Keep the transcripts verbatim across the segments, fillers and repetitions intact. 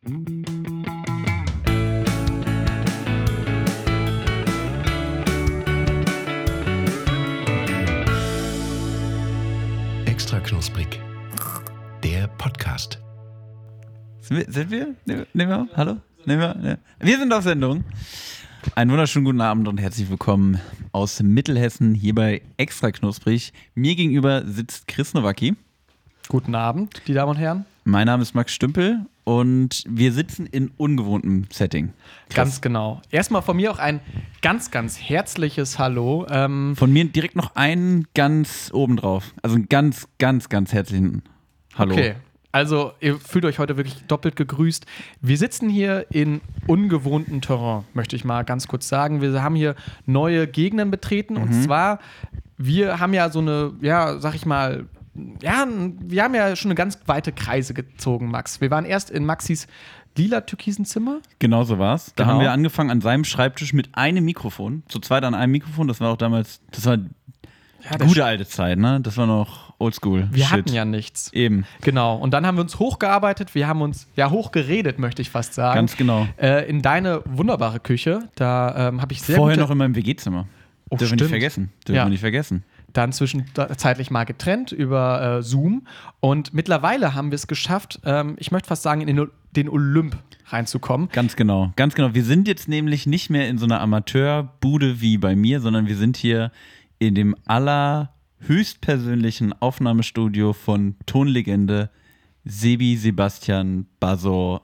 Extra knusprig. Der Podcast. Sind wir? Sind wir? Nehmen wir? Hallo? Nehmen wir? Ja. Wir sind auf Sendung. Einen wunderschönen guten Abend und herzlich willkommen aus Mittelhessen hier bei Extra knusprig. Mir gegenüber sitzt Chris Nowacki. Guten Abend, die Damen und Herren. Mein Name ist Max Stümpel und wir sitzen in ungewohntem Setting. Krass. Ganz genau. Erstmal von mir auch ein ganz, ganz herzliches Hallo. Ähm Von mir direkt noch einen ganz obendrauf. Also einen ganz, ganz, ganz herzlichen Hallo. Okay, also ihr fühlt euch heute wirklich doppelt gegrüßt. Wir sitzen hier in ungewohntem Terrain, möchte ich mal ganz kurz sagen. Wir haben hier neue Gegenden betreten mhm. und zwar, wir haben ja so eine, ja, sag ich mal, ja, wir haben ja schon eine ganz weite Kreise gezogen, Max. Wir waren erst in Maxis lila-türkisen Zimmer. Genau so war's. Da genau. haben wir angefangen an seinem Schreibtisch mit einem Mikrofon. Zu zweit an einem Mikrofon. Das war auch damals, das war ja, gute alte Zeit, ne? Das war noch oldschool. Wir Shit. hatten ja nichts. Eben. Genau. Und dann haben wir uns hochgearbeitet. Wir haben uns, ja, hochgeredet, möchte ich fast sagen. Ganz genau. Äh, in deine wunderbare Küche. Da ähm, habe ich sehr Vorher gute noch in meinem W G-Zimmer. Oh, Dürfen wir stimmt. nicht vergessen. Dürfen Ja. wir nicht vergessen. Dann zwischenzeitlich mal getrennt über äh, Zoom. Und mittlerweile haben wir es geschafft, ähm, ich möchte fast sagen, in den, den Olymp reinzukommen. Ganz genau, ganz genau. Wir sind jetzt nämlich nicht mehr in so einer Amateurbude wie bei mir, sondern wir sind hier in dem allerhöchstpersönlichen Aufnahmestudio von Tonlegende Sebi Sebastian Basor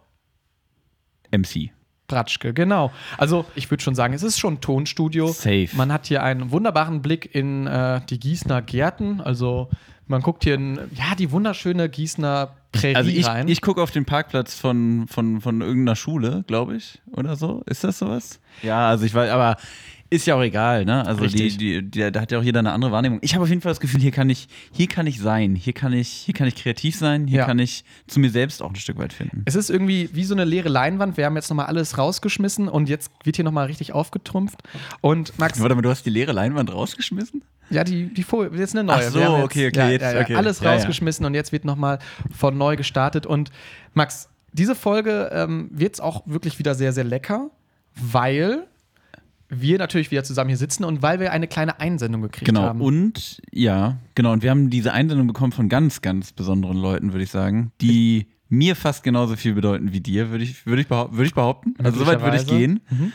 M C. Bratschke, genau. Also ich würde schon sagen, es ist schon ein Tonstudio. Safe. Man hat hier einen wunderbaren Blick in äh, die Gießener Gärten. Also man guckt hier in ja, die wunderschöne Gießener Prärie Also ich, rein. ich gucke auf den Parkplatz von, von, von irgendeiner Schule, glaube ich, oder so. Ist das sowas? Ja, also ich weiß, aber ist ja auch egal, ne? Also die, die, die, da hat ja auch jeder eine andere Wahrnehmung. Ich habe auf jeden Fall das Gefühl, hier kann ich, hier kann ich sein, hier kann ich, hier kann ich kreativ sein, hier ja. kann ich zu mir selbst auch ein Stück weit finden. Es ist irgendwie wie so eine leere Leinwand. Wir haben jetzt nochmal alles rausgeschmissen und jetzt wird hier nochmal richtig aufgetrumpft. Und Max. Warte mal, du hast die leere Leinwand rausgeschmissen? Ja, die, die Folie, jetzt eine neue. Ach so, Wir haben jetzt, okay, okay, ja, jetzt, ja, ja, okay. alles Ja, rausgeschmissen ja. und jetzt wird nochmal von neu gestartet. Und Max, diese Folge ähm, wird auch wirklich wieder sehr, sehr lecker, weil wir natürlich wieder zusammen hier sitzen und weil wir eine kleine Einsendung gekriegt genau. haben. Genau, und ja, genau, und wir haben diese Einsendung bekommen von ganz, ganz besonderen Leuten, würde ich sagen, die mir fast genauso viel bedeuten wie dir, würde ich, würd ich, behaupt, würd ich behaupten. Also soweit würde ich gehen. Mhm.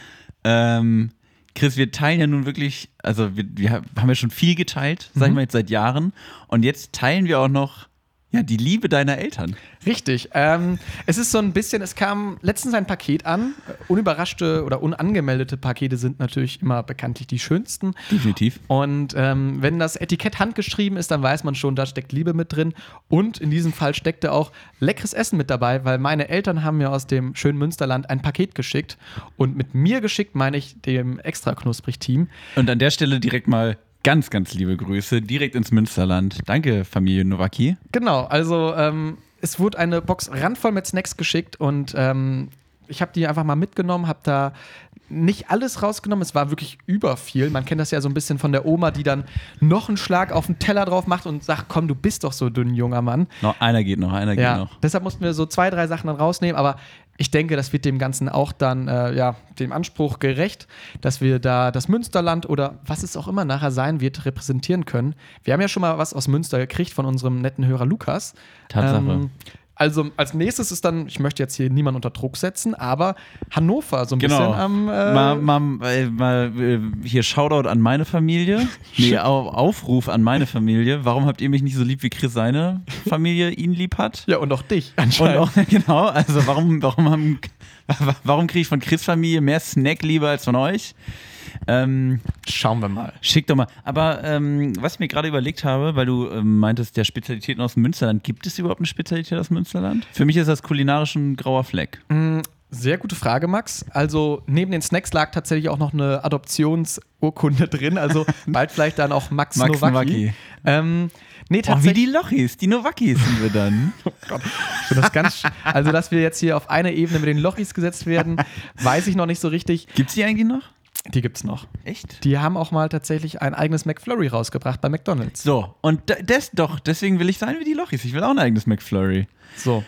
Ähm, Chris, wir teilen ja nun wirklich, also wir, wir haben ja schon viel geteilt, sag ich Mhm. mal jetzt seit Jahren, und jetzt teilen wir auch noch ja, die Liebe deiner Eltern. Richtig. Ähm, es ist so ein bisschen, es kam letztens ein Paket an. Unüberraschte oder unangemeldete Pakete sind natürlich immer bekanntlich die schönsten. Definitiv. Und ähm, wenn das Etikett handgeschrieben ist, dann weiß man schon, da steckt Liebe mit drin. Und in diesem Fall steckte auch leckeres Essen mit dabei, weil meine Eltern haben mir aus dem schönen Münsterland ein Paket geschickt. Und mit mir geschickt meine ich dem extra knusprig Team. Und an der Stelle direkt mal ganz, ganz liebe Grüße direkt ins Münsterland. Danke, Familie Nowacki. Genau, also ähm, es wurde eine Box randvoll mit Snacks geschickt und ähm, ich habe die einfach mal mitgenommen, habe da nicht alles rausgenommen, es war wirklich über viel. Man kennt das ja so ein bisschen von der Oma, die dann noch einen Schlag auf den Teller drauf macht und sagt, komm, du bist doch so dünn, junger Mann. Noch einer geht noch, einer ja, geht noch. Deshalb mussten wir so zwei, drei Sachen dann rausnehmen, aber ich denke, das wird dem Ganzen auch dann, äh, ja, dem Anspruch gerecht, dass wir da das Münsterland oder was es auch immer nachher sein wird, repräsentieren können. Wir haben ja schon mal was aus Münster gekriegt von unserem netten Hörer Lukas. Tatsache. Ähm, also als nächstes ist dann, ich möchte jetzt hier niemanden unter Druck setzen, aber Hannover so ein genau. bisschen am äh mal, mal, äh, mal äh, hier Shoutout an meine Familie. Nee, Au- Aufruf an meine Familie. Warum habt ihr mich nicht so lieb, wie Chris seine Familie ihn lieb hat? Ja, und auch dich Und anscheinend. auch, genau, also warum, warum, haben, warum kriege ich von Chris Familie mehr Snackliebe als von euch? Ähm, Schauen wir mal. Schick doch mal. Aber ähm, was ich mir gerade überlegt habe, weil du ähm, meintest, der Spezialitäten aus dem Münsterland, gibt es überhaupt eine Spezialität aus dem Münsterland? Für mich ist das kulinarisch ein grauer Fleck. Mm, Sehr gute Frage, Max. Also neben den Snacks lag tatsächlich auch noch eine Adoptionsurkunde drin. Also bald vielleicht dann auch Max, Max Nowacki. Nowacki. Ähm, nee, Oh, wie tatsächlich. die Lochis, die Nowakis sind wir dann. Oh Gott. Ich finde das ganz, sch- also, dass wir jetzt hier auf eine Ebene mit den Lochis gesetzt werden, weiß ich noch nicht so richtig. Gibt's die eigentlich noch? Die gibt's noch. Echt? Die haben auch mal tatsächlich ein eigenes McFlurry rausgebracht bei McDonald's. So, und da- das doch, deswegen will ich sein wie die Lochis. Ich will auch ein eigenes McFlurry. So.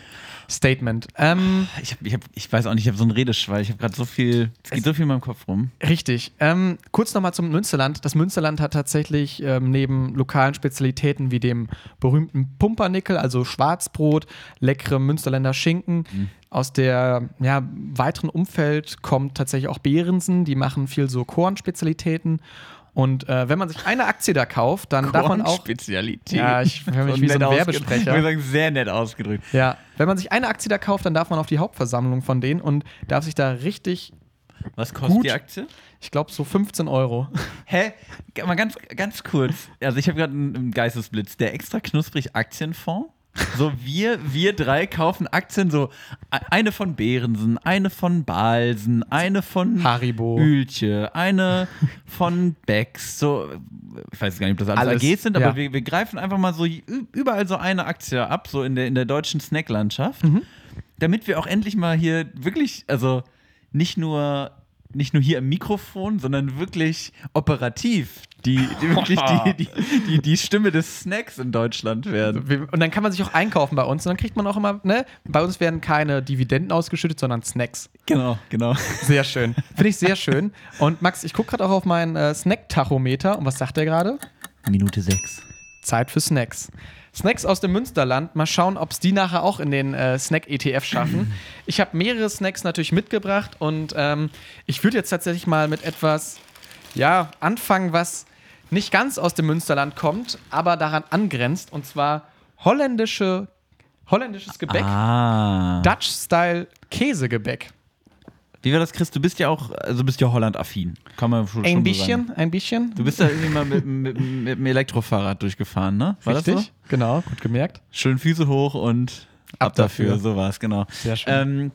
Statement. Ähm, ich, hab, ich, hab, ich weiß auch nicht, ich habe so einen Redeschwall. Ich habe gerade so viel, es geht so viel in meinem Kopf rum. Richtig. Ähm, kurz nochmal zum Münsterland. Das Münsterland hat tatsächlich ähm, neben lokalen Spezialitäten wie dem berühmten Pumpernickel, also Schwarzbrot, leckerem Münsterländer Schinken. Mhm. Aus der ja, weiteren Umfeld kommt tatsächlich auch Behrensen. Die machen viel so Kornspezialitäten. Und äh, wenn man sich eine Aktie da kauft, dann darf man auch. Spezialität. Ja, ich höre mich so wie so ein Werbesprecher. Ich würde sagen, sehr nett ausgedrückt. Ja, wenn man sich eine Aktie da kauft, dann darf man auf die Hauptversammlung von denen und darf sich da richtig. Was kostet gut, die Aktie? Ich glaube so fünfzehn Euro. Hä? Mal ganz, ganz kurz. Also ich habe gerade einen Geistesblitz. Der extra knusprig Aktienfonds. So, wir, wir drei kaufen Aktien, so eine von Behrensen, eine von Balsen, eine von Haribo, Hülche, eine von Becks, so, ich weiß gar nicht, ob das alles, alles A Gs sind, aber ja. wir, wir greifen einfach mal so überall so eine Aktie ab, so in der, in der deutschen Snacklandschaft, mhm. damit wir auch endlich mal hier wirklich, also nicht nur, nicht nur hier im Mikrofon, sondern wirklich operativ Die, die wirklich die, die, die, die Stimme des Snacks in Deutschland werden. Und dann kann man sich auch einkaufen bei uns. Und dann kriegt man auch immer, ne? Bei uns werden keine Dividenden ausgeschüttet, sondern Snacks. Genau, genau. Sehr schön. Finde ich sehr schön. Und Max, ich gucke gerade auch auf meinen äh, Snack-Tachometer. Und was sagt der gerade? Minute sechs. Zeit für Snacks. Snacks aus dem Münsterland. Mal schauen, ob es die nachher auch in den äh, Snack-E T F schaffen. Ich habe mehrere Snacks natürlich mitgebracht. Und ähm, ich würde jetzt tatsächlich mal mit etwas, ja, anfangen, was nicht ganz aus dem Münsterland kommt, aber daran angrenzt. Und zwar holländische, holländisches Gebäck. Ah. Dutch-Style Käsegebäck. Wie war das, Chris? Du bist ja auch, also bist ja Holland-affin. Kann man schon, ein schon bisschen, so sagen. Ein bisschen. Du bist ja irgendwie mal mit, mit, mit dem Elektrofahrrad durchgefahren, ne? War Richtig, das so? Genau, gut gemerkt. Schön Füße hoch und ab, ab dafür. dafür. So war es, genau. Sehr schön.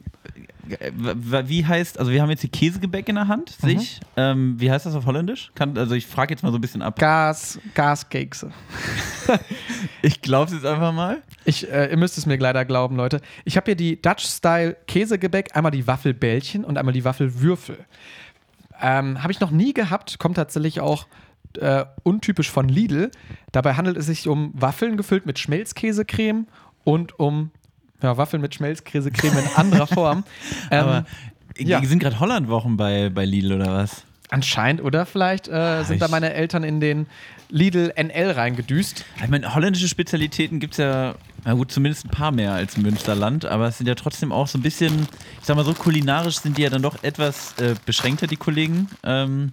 Ähm, wie heißt, also wir haben jetzt die Käsegebäck in der Hand, mhm. sich. Ähm, wie heißt das auf Holländisch? Kann, also ich frage jetzt mal so ein bisschen ab. Gas, Gaskekse. Ich glaube es jetzt einfach mal. Ich, äh, ihr müsst es mir leider glauben, Leute. Ich habe hier die Dutch-Style Käsegebäck, einmal die Waffelbällchen und einmal die Waffelwürfel. Ähm, habe ich noch nie gehabt, kommt tatsächlich auch äh, untypisch von Lidl. Dabei handelt es sich um Waffeln gefüllt mit Schmelzkäsecreme und um Ja, Waffeln mit Schmelzkäsecreme in anderer Form. Ähm, Aber ja. Sind gerade Holland-Wochen bei, bei Lidl oder was? Anscheinend, oder vielleicht äh, sind ich da meine Eltern in den Lidl N L reingedüst. Ich meine, holländische Spezialitäten gibt es ja, na gut, zumindest ein paar mehr als im Münsterland, aber es sind ja trotzdem auch so ein bisschen, ich sag mal so, kulinarisch sind die ja dann doch etwas äh, beschränkter, die Kollegen. Ähm,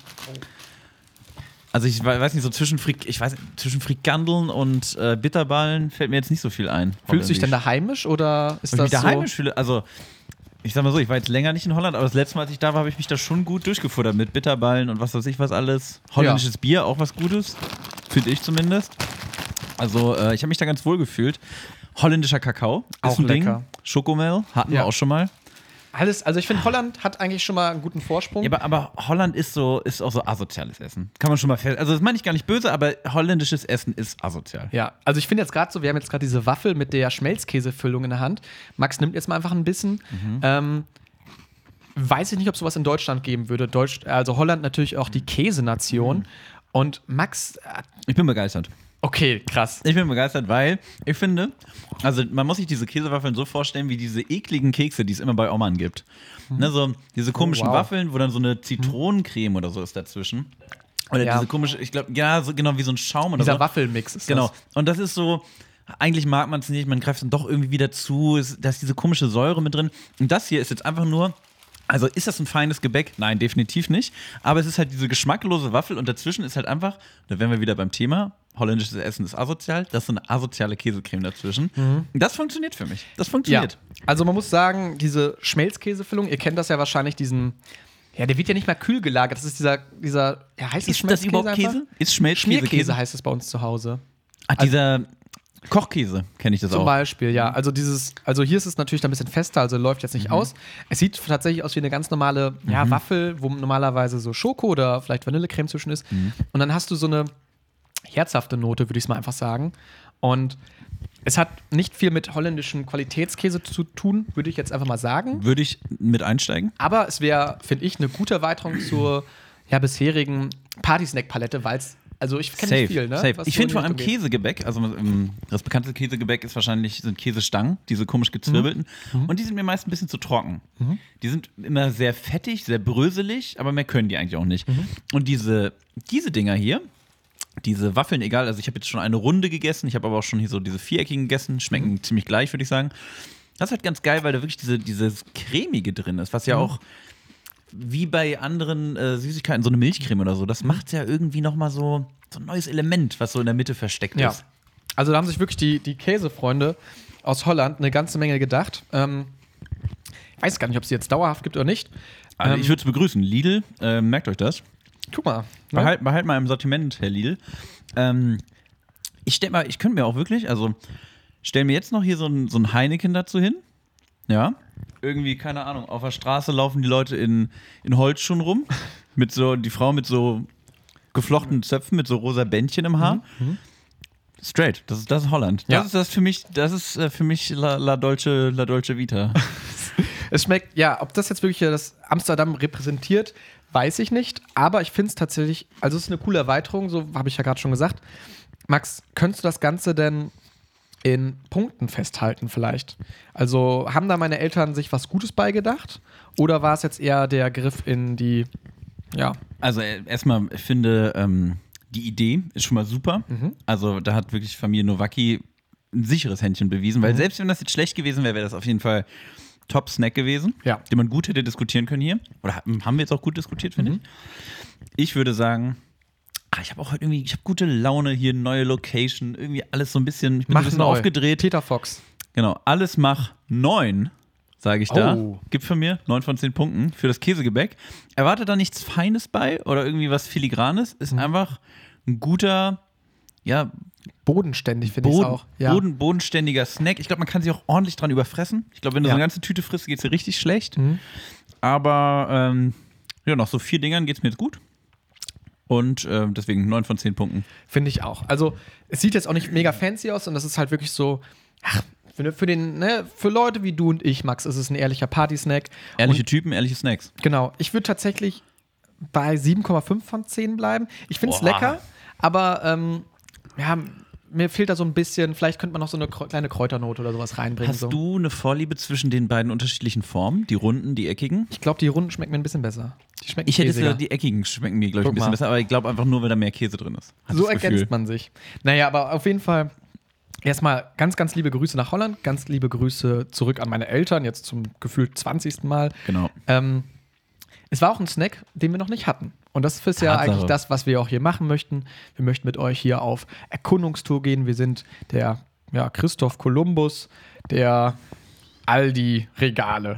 Also ich weiß nicht, so zwischen, Frik- ich weiß, zwischen Frikandeln und äh, Bitterballen fällt mir jetzt nicht so viel ein. Fühlst du dich denn da heimisch oder ist Weil das ich mich so? da heimisch fühle, also ich sag mal so, ich war jetzt länger nicht in Holland, aber das letzte Mal, als ich da war, habe ich mich da schon gut durchgefuttert mit Bitterballen und was weiß ich was alles. Holländisches ja. Bier, auch was Gutes, finde ich zumindest. Also äh, ich habe mich da ganz wohl gefühlt. Holländischer Kakao ist auch ein lecker. Ding. Schokomel hatten ja. wir auch schon mal. Alles, also ich finde, Holland hat eigentlich schon mal einen guten Vorsprung. Ja, aber, aber Holland ist so, ist auch so asoziales Essen. Kann man schon mal fest. Also das meine ich gar nicht böse, aber holländisches Essen ist asozial. Ja, also ich finde jetzt gerade so, wir haben jetzt gerade diese Waffel mit der Schmelzkäsefüllung in der Hand. Max nimmt jetzt mal einfach ein bisschen. Mhm. Ähm, weiß ich nicht, ob es sowas in Deutschland geben würde. Deutsch, also Holland natürlich auch die Käsenation. Mhm. Und Max. Äh, ich bin begeistert. Okay, krass. Ich bin begeistert, weil ich finde, also man muss sich diese Käsewaffeln so vorstellen, wie diese ekligen Kekse, die es immer bei Oman gibt. Mhm. Ne, so diese komischen oh, wow. Waffeln, wo dann so eine Zitronencreme oder so ist dazwischen. Oder ja. diese komische, ich glaube, ja, so genau wie so ein Schaum oder Dieser so. Dieser Waffelmix ist genau. das. Genau. Und das ist so, eigentlich mag man es nicht, man greift dann doch irgendwie wieder zu, da ist diese komische Säure mit drin. Und das hier ist jetzt einfach nur. Also ist das ein feines Gebäck? Nein, definitiv nicht. Aber es ist halt diese geschmacklose Waffel und dazwischen ist halt einfach, da wären wir wieder beim Thema, holländisches Essen ist asozial, das ist so eine asoziale Käsecreme dazwischen. Mhm. Das funktioniert für mich. Das funktioniert. Ja. Also man muss sagen, diese Schmelzkäsefüllung, ihr kennt das ja wahrscheinlich, diesen, ja, der wird ja nicht mehr kühl gelagert. Das ist dieser, dieser ja, heißt das Ist das überhaupt Käse? Einfach? Ist Schmelzkäse Schmierkäse Käse? Heißt es bei uns zu Hause. Ach, dieser Kochkäse kenne ich das Zum auch. Zum Beispiel, ja. Also dieses, also hier ist es natürlich ein bisschen fester, also läuft jetzt nicht mhm. aus. Es sieht tatsächlich aus wie eine ganz normale ja, mhm. Waffel, wo normalerweise so Schoko oder vielleicht Vanillecreme zwischen ist. Mhm. Und dann hast du so eine herzhafte Note, würde ich es mal einfach sagen. Und es hat nicht viel mit holländischem Qualitätskäse zu tun, würde ich jetzt einfach mal sagen. Würde ich mit einsteigen. Aber es wäre, finde ich, eine gute Erweiterung zur ja, bisherigen Party-Snack-Palette, weil es Also ich kenne nicht viel, ne? Safe. Was ich so finde in vor die allem Richtung geht. Käsegebäck, also ähm, das bekannteste Käsegebäck ist wahrscheinlich, sind Käsestangen, diese komisch gezwirbelten. Mhm. Und die sind mir meist ein bisschen zu trocken. Mhm. Die sind immer sehr fettig, sehr bröselig, aber mehr können die eigentlich auch nicht. Mhm. Und diese, diese Dinger hier, diese Waffeln, egal, also ich habe jetzt schon eine Runde gegessen, ich habe aber auch schon hier so diese viereckigen gegessen, schmecken Mhm. ziemlich gleich, würde ich sagen. Das ist halt ganz geil, weil da wirklich diese, dieses Cremige drin ist, was ja Mhm. auch wie bei anderen äh, Süßigkeiten, so eine Milchcreme oder so, das Mhm. macht ja irgendwie nochmal so, so ein neues Element, was so in der Mitte versteckt Ja. ist. Also da haben sich wirklich die, die Käsefreunde aus Holland eine ganze Menge gedacht. Ähm, ich weiß gar nicht, ob es die jetzt dauerhaft gibt oder nicht. Also Ähm, ich würde es begrüßen. Lidl, äh, merkt euch das. Guck mal. Ne? Behalt, behalt mal im Sortiment, Herr Lidl. Ähm, ich stell mal, ich könnte mir auch wirklich, also stell mir jetzt noch hier so ein, so ein Heineken dazu hin. Ja. Irgendwie, keine Ahnung, auf der Straße laufen die Leute in, in Holzschuhen rum. Mit so, die Frau mit so geflochtenen Zöpfen, mit so rosa Bändchen im Haar. Mhm. Straight, das ist, das ist Holland. Ja. Das ist das für mich, das ist äh, für mich La, La, Dolce, La Dolce Vita. Es schmeckt, ja, ob das jetzt wirklich das Amsterdam repräsentiert, weiß ich nicht. Aber ich finde es tatsächlich, also es ist eine coole Erweiterung, so habe ich ja gerade schon gesagt. Max, könntest du das Ganze denn in Punkten festhalten vielleicht? Also haben da meine Eltern sich was Gutes beigedacht? Oder war es jetzt eher der Griff in die, ja, Also äh, erstmal, ich finde, ähm, die Idee ist schon mal super. Mhm. Also da hat wirklich Familie Nowacki ein sicheres Händchen bewiesen, weil Mhm. selbst wenn das jetzt schlecht gewesen wäre, wäre das auf jeden Fall Top-Snack gewesen, Ja. den man gut hätte diskutieren können hier. Oder haben wir jetzt auch gut diskutiert, finde Mhm. ich. Ich würde sagen, ah, ich habe auch heute irgendwie, ich habe gute Laune hier, neue Location, irgendwie alles so ein bisschen, ich bin so ein bisschen neu. aufgedreht. Peter Fox. Genau, alles mach neun, sage ich da. Oh. Gibt von mir neun von zehn Punkten für das Käsegebäck. Erwarte da nichts Feines bei oder irgendwie was Filigranes. Ist Mhm. einfach ein guter, ja, Bodenständig finde ich Boden, auch. Ja. Boden, bodenständiger Snack. Ich glaube, man kann sich auch ordentlich dran überfressen. Ich glaube, wenn du Ja. so eine ganze Tüte frisst, geht es dir richtig schlecht. Mhm. Aber ähm, ja, nach so vier Dingern geht es mir jetzt gut. Und äh, deswegen neun von zehn Punkten. Finde ich auch. Also, es sieht jetzt auch nicht mega fancy aus und das ist halt wirklich so, ach, für, für, den, ne, für Leute wie du und ich, Max, ist es ein ehrlicher Party-Snack. Ehrliche Und, Typen, ehrliche Snacks. genau. Ich würde tatsächlich bei sieben Komma fünf von zehn bleiben. Ich finde es Boah. lecker, aber ähm, ja, mir fehlt da so ein bisschen, vielleicht könnte man noch so eine kr- kleine Kräuternote oder sowas reinbringen. Hast so. du eine Vorliebe zwischen den beiden unterschiedlichen Formen? Die runden, die eckigen? Ich glaube, die Runden schmecken mir ein bisschen besser. Die schmecken Ich hätte käsiger. gesagt, die eckigen schmecken mir, glaube ich, Guck ein bisschen mal. besser, aber ich glaube einfach nur, weil da mehr Käse drin ist. Hat So das Gefühl. ergänzt man sich. Naja, aber auf jeden Fall erstmal ganz, ganz liebe Grüße nach Holland, ganz liebe Grüße zurück an meine Eltern, jetzt zum gefühlt zwanzigsten Mal. Genau. Ähm, es war auch ein Snack, den wir noch nicht hatten. Und das ist ja Tatsache. eigentlich das, was wir auch hier machen möchten. Wir möchten mit euch hier auf Erkundungstour gehen. Wir sind der ja, Christoph Kolumbus, der Aldi-Regale.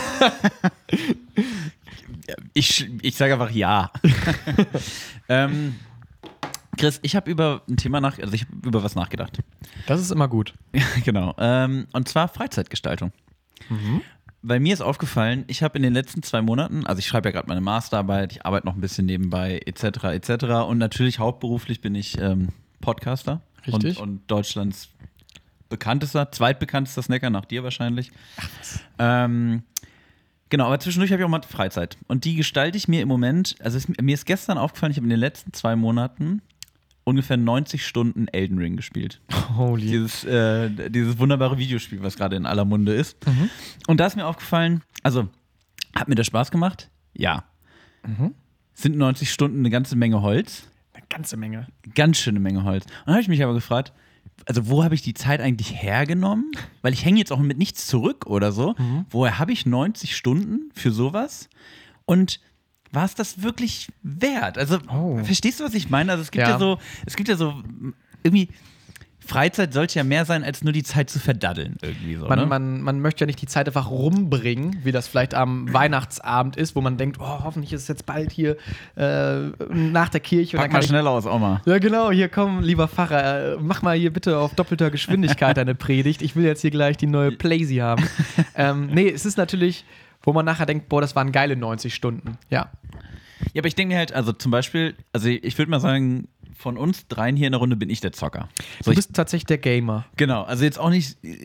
Ich, ich sage einfach ja. ähm, Chris, ich habe über ein Thema nach, also ich habe über was nachgedacht. Das ist immer gut. Genau. Ähm, und zwar Freizeitgestaltung. Weil mir ist aufgefallen, ich habe in den letzten zwei Monaten, also ich schreibe ja gerade meine Masterarbeit, ich arbeite noch ein bisschen nebenbei, et cetera, et cetera. Und natürlich hauptberuflich bin ich ähm, Podcaster. Richtig. Und, und Deutschlands bekanntester, zweitbekanntester Snacker, nach dir wahrscheinlich. Ähm, genau, aber zwischendurch habe ich auch mal Freizeit. Und die gestalte ich mir im Moment, also es, mir ist gestern aufgefallen, ich habe in den letzten zwei Monaten ungefähr neunzig Stunden Elden Ring gespielt. Holy. Dieses, äh, dieses wunderbare Videospiel, was gerade in aller Munde ist. Mhm. Und da ist mir aufgefallen, also, hat mir das Spaß gemacht? Ja. Mhm. Sind neunzig Stunden eine ganze Menge Holz? Eine ganze Menge. Ganz schöne Menge Holz. Und dann habe ich mich aber gefragt, also wo habe ich die Zeit eigentlich hergenommen? Weil ich hänge jetzt auch mit nichts zurück oder so. Mhm. Woher habe ich neunzig Stunden für sowas? Und war es das wirklich wert? Also, Oh. verstehst du, was ich meine? Also es gibt ja, Ja. so, es gibt ja so irgendwie, Freizeit sollte ja mehr sein, als nur die Zeit zu verdaddeln irgendwie so. Man, ne? man, man möchte ja nicht die Zeit einfach rumbringen, wie das vielleicht am Weihnachtsabend ist, wo man denkt, oh, hoffentlich ist es jetzt bald hier äh, nach der Kirche. Und Pack dann mal kann ich, schneller aus, Oma. ja, genau, hier komm, lieber Pfarrer, äh, mach mal hier bitte auf doppelter Geschwindigkeit deine Predigt. Ich will jetzt hier gleich die neue Playsee haben. ähm, nee, es ist natürlich, wo man nachher denkt, boah, das waren geile neunzig Stunden. Ja. Ja, aber ich denke mir halt, also zum Beispiel, also ich würde mal sagen, von uns dreien hier in der Runde bin ich der Zocker. So, Du ich, bist tatsächlich der Gamer. genau, also jetzt auch nicht,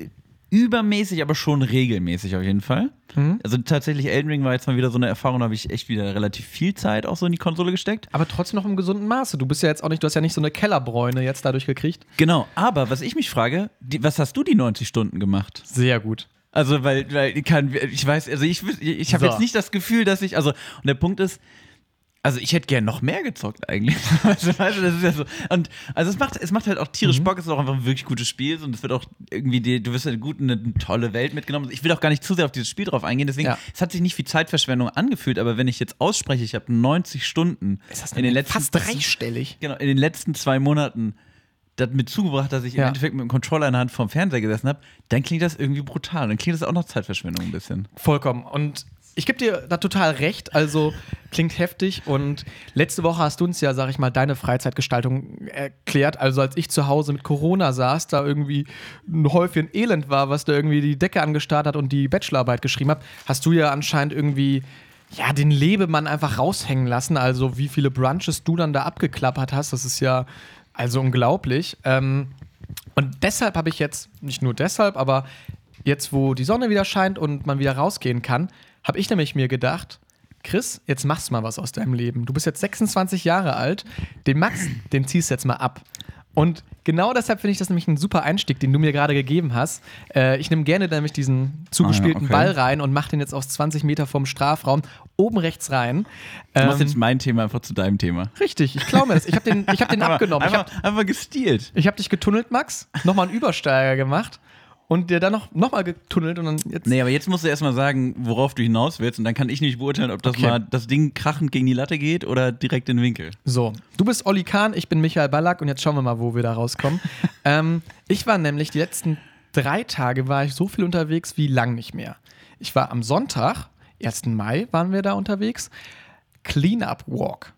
übermäßig, aber schon regelmäßig auf jeden Fall. Mhm. Also tatsächlich Elden Ring war jetzt mal wieder so eine Erfahrung, da habe ich echt wieder relativ viel Zeit auch so in die Konsole gesteckt. Aber trotzdem noch im gesunden Maße. Du bist ja jetzt auch nicht, du hast ja nicht so eine Kellerbräune jetzt dadurch gekriegt. Genau, aber was ich mich frage, die, was hast du die neunzig Stunden gemacht? Sehr gut. Also, weil, weil ich kann, ich weiß, also ich, ich habe so. jetzt nicht das Gefühl, dass ich, also, und der Punkt ist, also ich hätte gern noch mehr gezockt eigentlich. Weißt du, das ist ja so. Und also es macht, es macht halt auch tierisch mhm. Bock, es ist auch einfach ein wirklich gutes Spiel und es wird auch irgendwie, die, du wirst halt gut in eine tolle Welt mitgenommen. Ich will auch gar nicht zu sehr auf dieses Spiel drauf eingehen, deswegen, ja. es hat sich nicht wie Zeitverschwendung angefühlt, aber wenn ich jetzt ausspreche, ich habe neunzig Stunden ist das in den letzten fast dreistellig. Genau, in den letzten zwei Monaten das mit zugebracht, dass ich ja. im Endeffekt mit dem Controller in der Hand vorm Fernseher gesessen habe, dann klingt das irgendwie brutal. Dann klingt das auch noch Zeitverschwendung ein bisschen. Vollkommen. Und ich gebe dir da total recht, also klingt heftig und letzte Woche hast du uns ja, sag ich mal, deine Freizeitgestaltung erklärt, also als ich zu Hause mit Corona saß, da irgendwie ein Häufchen Elend war, was da irgendwie die Decke angestarrt hat und die Bachelorarbeit geschrieben hat, hast du ja anscheinend irgendwie, ja, den Lebemann einfach raushängen lassen, also wie viele Brunches du dann da abgeklappert hast, das ist ja also unglaublich. Ähm, und deshalb habe ich jetzt, nicht nur deshalb, aber jetzt, wo die Sonne wieder scheint und man wieder rausgehen kann, habe ich nämlich mir gedacht, Chris, jetzt machst du mal was aus deinem Leben. Du bist jetzt sechsundzwanzig Jahre alt, den Max, den ziehst du jetzt mal ab. Und genau deshalb finde ich das nämlich ein super Einstieg, den du mir gerade gegeben hast. Äh, ich nehme gerne nämlich diesen zugespielten ah, ja, okay. Ball rein und mache den jetzt aus zwanzig Meter vom Strafraum oben rechts rein. Du machst ähm, jetzt mein Thema einfach zu deinem Thema. Richtig, ich glaube mir das. Ich habe den, ich hab den abgenommen. Einfach, ich hab, einfach gestielt. Ich habe dich getunnelt, Max, nochmal einen Übersteiger gemacht. Und dir dann noch, noch mal getunnelt und dann jetzt. Nee, aber jetzt musst du erstmal sagen, worauf du hinaus willst. Und dann kann ich nicht beurteilen, ob das okay. mal das Ding krachend gegen die Latte geht oder direkt in den Winkel. So, du bist Olli Kahn, ich bin Michael Ballack und jetzt schauen wir mal, wo wir da rauskommen. ähm, ich war nämlich die letzten drei Tage war ich so viel unterwegs wie lang nicht mehr. Ich war am Sonntag, ersten Mai, waren wir da unterwegs. Clean-up Walk.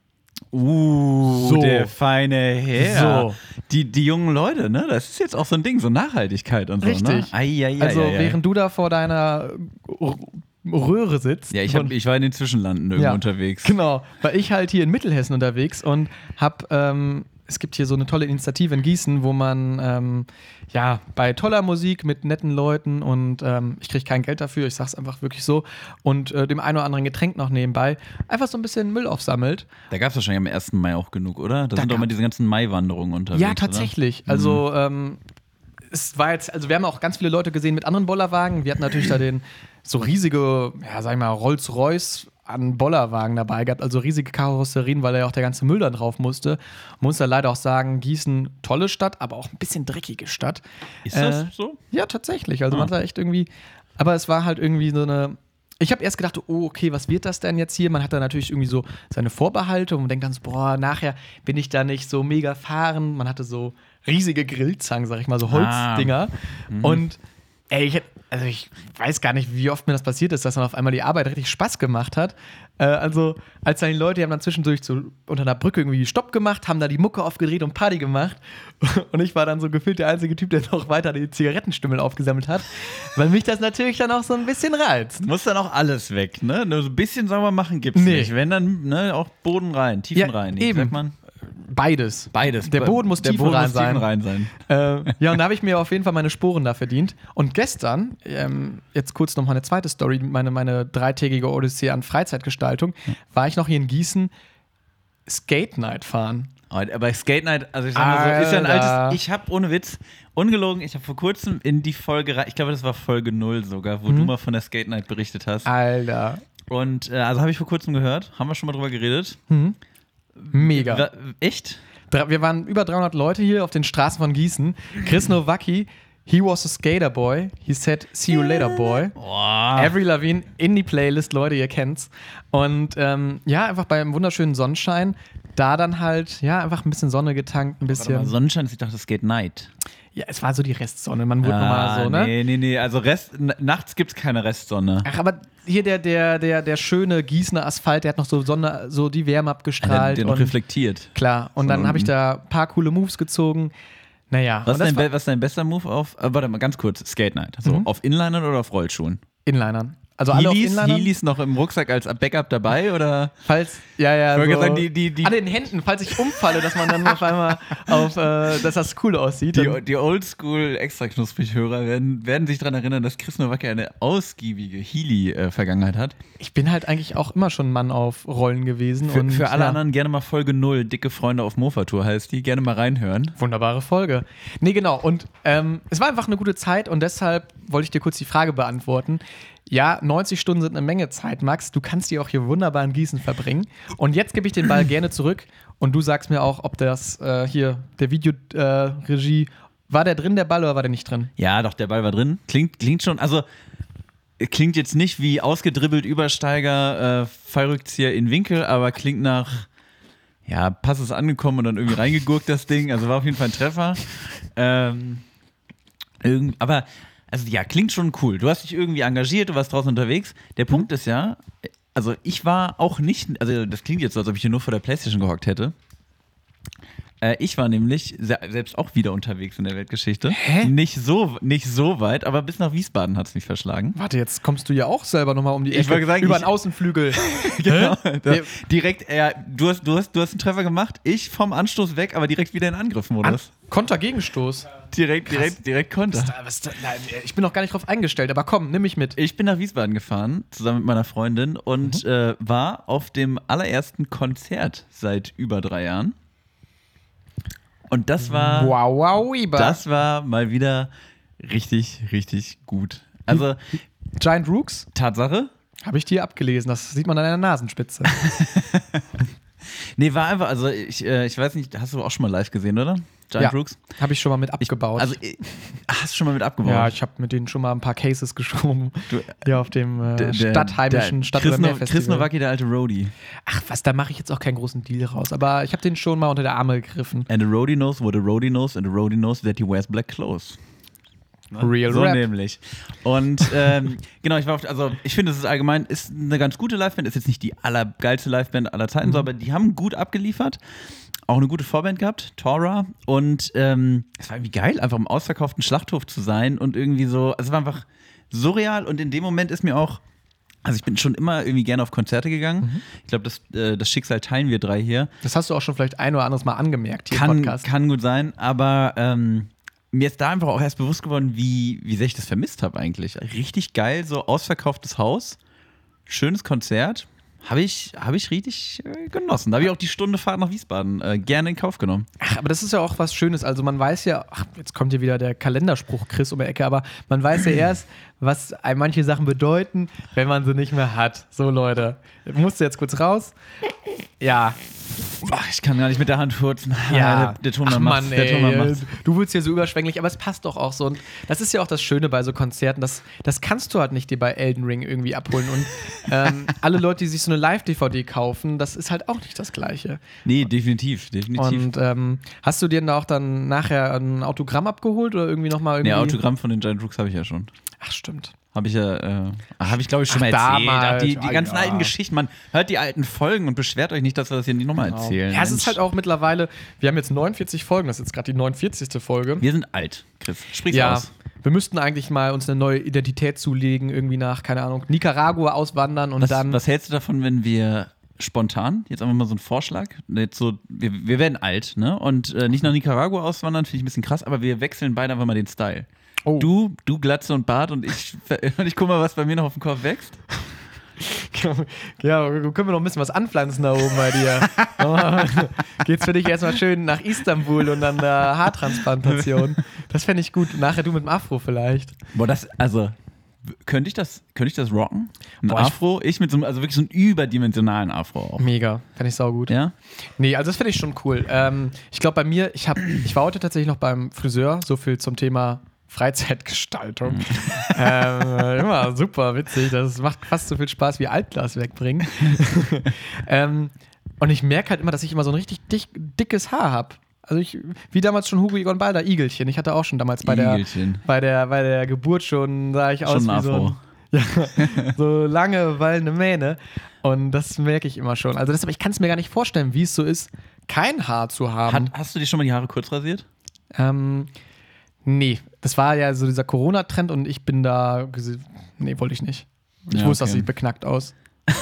Uh, so. Der feine Herr. So. Die, die jungen Leute, ne? Das ist jetzt auch so ein Ding, so Nachhaltigkeit und so. Richtig. Ne? Ai, ai, ai, also, ai, ai. während du da vor deiner Röhre sitzt. Ja, ich, hab, ich war in den Zwischenlanden irgendwo ja, unterwegs. Genau, weil ich halt hier in Mittelhessen unterwegs und hab, ähm, es gibt hier so eine tolle Initiative in Gießen, wo man ähm, ja bei toller Musik mit netten Leuten und ähm, ich kriege kein Geld dafür, ich sag's einfach wirklich so und äh, dem einen oder anderen Getränk noch nebenbei einfach so ein bisschen Müll aufsammelt. Da gab's wahrscheinlich am ersten Mai auch genug, oder? Da, da sind doch mal diese ganzen Mai-Wanderungen unterwegs. Ja, tatsächlich. Oder? Also mhm. ähm, es war jetzt, also wir haben auch ganz viele Leute gesehen mit anderen Bollerwagen. Wir hatten natürlich da den so riesige, ja, sag ich mal, Rolls-Royce an Bollerwagen dabei gehabt, also riesige Karosserien, weil da ja auch der ganze Müll dann drauf musste. Man muss da leider auch sagen, Gießen, tolle Stadt, aber auch ein bisschen dreckige Stadt. Ist das äh, so? Ja, tatsächlich. Also ah. man hat da echt irgendwie, aber es war halt irgendwie so eine, ich habe erst gedacht, oh, okay, was wird das denn jetzt hier? Man hat da natürlich irgendwie so seine Vorbehalte und denkt dann so, boah, nachher bin ich da nicht so mega fahren. Man hatte so riesige Grillzangen, sag ich mal, so Holzdinger. Ah. Mhm. Und ey, ich, also ich weiß gar nicht, wie oft mir das passiert ist, dass dann auf einmal die Arbeit richtig Spaß gemacht hat. Äh, also, als dann die Leute, die haben dann zwischendurch so unter einer Brücke irgendwie Stopp gemacht, haben da die Mucke aufgedreht und Party gemacht. Und ich war dann so gefühlt der einzige Typ, der noch weiter die Zigarettenstümmel aufgesammelt hat, weil mich das natürlich dann auch so ein bisschen reizt. Muss dann auch alles weg, ne? Nur so ein bisschen sauber machen gibt's nee. nicht. Wenn dann, ne, auch Boden rein, Tiefen ja, rein. Eben. Sagt man. Beides. Beides. Der Boden muss tiefen rein sein. rein sein. Äh, ja, und da habe ich mir auf jeden Fall meine Sporen da verdient. Und gestern, ähm, jetzt kurz noch mal eine zweite Story, meine, meine dreitägige Odyssee an Freizeitgestaltung, hm. war ich noch hier in Gießen Skate Night fahren. Aber Skate Night, also ich sag mal so, ist ja ein altes, ich habe ohne Witz, ungelogen, ich habe vor kurzem in die Folge, ich glaube, das war Folge null sogar, wo mhm. du mal von der Skate Night berichtet hast. Alter. Und äh, also habe ich vor kurzem gehört, haben wir schon mal drüber geredet. Mhm. Mega. Wa- echt? Wir waren über dreihundert Leute hier auf den Straßen von Gießen. Chris Nowacki, he was a skater boy. He said, see you later, boy. Wow. Avril Lavigne in die Playlist, Leute, ihr kennt's. Und ähm, ja, einfach beim wunderschönen Sonnenschein, da dann halt, ja, einfach ein bisschen Sonne getankt, ein bisschen. Warte mal, Sonnenschein, ich dachte, es geht Night. Ja, es war so die Restsonne, man wurde ah, nochmal so, ne? Nee, nee, nee, also Rest, n- nachts gibt's keine Restsonne. Ach, aber hier der, der, der, der schöne Gießener Asphalt, der hat noch so Sonne, so die Wärme abgestrahlt. Der, der noch reflektiert. Klar, und dann habe ich da ein paar coole Moves gezogen. Naja. Was, dein, was ist dein bester Move auf, äh, warte mal, ganz kurz, Skate Night. So, mhm. auf Inlinern oder auf Rollschuhen? Inlinern. Also alle auf Heelys, Inlinern? Heelys noch im Rucksack als Backup dabei oder? Falls, ja, ja, Ich wollte so sagen, die, die, die, an den Händen, falls ich umfalle, dass man dann auf einmal auf, äh, dass das cool aussieht. die, die Oldschool extra knusprig Hörer werden, werden sich daran erinnern, dass Chris Nowacki eine ausgiebige Heely-Vergangenheit hat. Ich bin halt eigentlich auch immer schon Mann auf Rollen gewesen. Für, und, für alle ja. anderen gerne mal Folge null, dicke Freunde auf Mofa-Tour heißt die, gerne mal reinhören. Wunderbare Folge. Nee, genau. Und ähm, es war einfach eine gute Zeit und deshalb wollte ich dir kurz die Frage beantworten. Ja, neunzig Stunden sind eine Menge Zeit, Max. Du kannst die auch hier wunderbar in Gießen verbringen. Und jetzt gebe ich den Ball gerne zurück und du sagst mir auch, ob das äh, hier, der Videoregie, äh, war der drin, der Ball, oder war der nicht drin? Ja, doch, der Ball war drin. Klingt, klingt schon, also klingt jetzt nicht wie ausgedribbelt Übersteiger, äh, Fallrückzieher in Winkel, aber klingt nach, ja, Pass ist angekommen und dann irgendwie reingegurkt das Ding. Also war auf jeden Fall ein Treffer. Ähm, irgend, aber Also ja, klingt schon cool. Du hast dich irgendwie engagiert, du warst draußen unterwegs. Der Punkt ist ja, also ich war auch nicht, also das klingt jetzt so, als ob ich hier nur vor der Playstation gehockt hätte. Äh, ich war nämlich se- selbst auch wieder unterwegs in der Weltgeschichte. Hä? Nicht so, nicht so weit, aber bis nach Wiesbaden hat es mich verschlagen. Warte, jetzt kommst du ja auch selber nochmal um die Ecke. Ich wollte sagen, über ich- den Außenflügel. Genau. Hä? Da, direkt, äh, du, hast, du, hast, du hast einen Treffer gemacht, ich vom Anstoß weg, aber direkt wieder in An Angriffmodus. Konter-Gegenstoß. Direkt, direkt, direkt Konter. Was da- nein, ich bin noch gar nicht drauf eingestellt, aber komm, nimm mich mit. Ich bin nach Wiesbaden gefahren, zusammen mit meiner Freundin und Mhm. äh, war auf dem allerersten Konzert seit über drei Jahren. Und das war, Wow, wow, Iba. das war mal wieder richtig, richtig gut. Also, Giant Rooks Tatsache, habe ich dir abgelesen. Das sieht man an deiner Nasenspitze. nee, war einfach, also ich, äh, ich weiß nicht, hast du auch schon mal live gesehen, oder? Giant Ja. Rooks? Habe ich schon mal mit abgebaut. Also, äh, hast du schon mal mit abgebaut? ja, ich habe mit denen schon mal ein paar Cases geschoben. Du- Hier auf dem äh, Der- der- stadtheimischen der Stadt- Chris, oder no, Meerfestival. Chris Nowacki, der alte Roadie. Ach was, da mache ich jetzt auch keinen großen Deal raus. Aber ich habe den schon mal unter der Arme gegriffen. And a roadie knows what a roadie knows and a roadie knows that he wears black clothes. Real so Rap. nämlich. Und ähm, genau, ich war auf, also ich finde, es ist allgemein, ist eine ganz gute Liveband, ist jetzt nicht die allergeilste Liveband aller Zeiten, Mhm. so, aber die haben gut abgeliefert. Auch eine gute Vorband gehabt, Tora. Und ähm, es war irgendwie geil, einfach im ausverkauften Schlachthof zu sein und irgendwie so, also es war einfach surreal und in dem Moment ist mir auch, also ich bin schon immer irgendwie gerne auf Konzerte gegangen. Mhm. Ich glaube, das, äh, das Schicksal teilen wir drei hier. Das hast du auch schon vielleicht ein oder anderes Mal angemerkt hier im Kann, Podcast. kann gut sein, aber ähm, mir ist da einfach auch erst bewusst geworden, wie, wie sehr ich das vermisst habe eigentlich. Richtig geil, so ausverkauftes Haus, schönes Konzert. Habe ich, hab ich richtig äh, genossen. Da habe ich auch die Stunde Fahrt nach Wiesbaden äh, gerne in Kauf genommen. Ach, aber das ist ja auch was Schönes. Also man weiß ja, ach, jetzt kommt hier wieder der Kalenderspruch Chris um die Ecke, aber man weiß ja erst, was einem manche Sachen bedeuten, wenn man sie nicht mehr hat. So, Leute. Musst du jetzt kurz raus? Ja. Boah, ich kann gar nicht mit der Hand furzen. Ja. der, der Tonmann Ach, macht's. Mann, Der Tonmann ey. macht's. Du wirst hier so überschwänglich, aber es passt doch auch so. Und das ist ja auch das Schöne bei so Konzerten. Das, das kannst du halt nicht dir bei Elden Ring irgendwie abholen. Und ähm, alle Leute, die sich so eine Live-D V D kaufen, das ist halt auch nicht das Gleiche. Nee, definitiv, definitiv. Und ähm, hast du dir denn auch dann nachher ein Autogramm abgeholt oder irgendwie nochmal irgendwie? Nee, Autogramm von den Giant Rooks habe ich ja schon. Ach, stimmt. Habe ich ja, äh, habe ich glaube ich schon Ach, mal erzählt. damals. Die, die Ah, ganzen ja. alten Geschichten, man hört die alten Folgen und beschwert euch nicht, dass wir das hier nicht nochmal Genau. erzählen. Ja, es ist Mensch. halt auch mittlerweile, wir haben jetzt neunundvierzig Folgen, das ist jetzt gerade die neunundvierzigste Folge. Wir sind alt, Chris. Sprich's Ja, aus. wir müssten eigentlich mal uns eine neue Identität zulegen, irgendwie nach, keine Ahnung, Nicaragua auswandern und Was, dann. was hältst du davon, wenn wir spontan, jetzt einfach mal so einen Vorschlag, jetzt so, wir, wir werden alt, ne? Und äh, nicht nach Nicaragua auswandern, finde ich ein bisschen krass, aber wir wechseln beide einfach mal den Style. Oh. Du, du Glatze und Bart und ich, und ich guck mal, was bei mir noch auf dem Kopf wächst. Ja, können wir noch ein bisschen was anpflanzen da oben bei dir. Oh, geht's für dich erstmal schön nach Istanbul und dann äh, Haartransplantation. Das fände ich gut. Nachher du mit dem Afro vielleicht. Boah, das, also, w- könnte ich das, könnte ich das rocken? Ein Boah, ich- Afro? Ich mit so einem, also wirklich so einem überdimensionalen Afro auch. Mega. Fände ich saugut. Ja? Nee, also das finde ich schon cool. Ähm, ich glaube bei mir, ich, hab, ich war heute tatsächlich noch beim Friseur, so viel zum Thema Freizeitgestaltung. ähm, immer super witzig, das macht fast so viel Spaß wie Altglas wegbringen. ähm, und ich merke halt immer, dass ich immer so ein richtig dick, dickes Haar habe. Also ich, wie damals schon Hugo Egon Balder, Igelchen. Ich hatte auch schon damals bei der, Igelchen. bei der, bei der Geburt schon, sah ich aus Schon ein wie so Afro. ein, ja, so lange wallende Mähne. Und das merke ich immer schon. Also deshalb, ich kann es mir gar nicht vorstellen, wie es so ist, kein Haar zu haben. Hat, hast du dir schon mal die Haare kurz rasiert? Ähm, nee, das war ja so dieser Corona-Trend und ich bin da, gese- nee, wollte ich nicht. Ich Ja, wusste, das okay. sieht beknackt aus.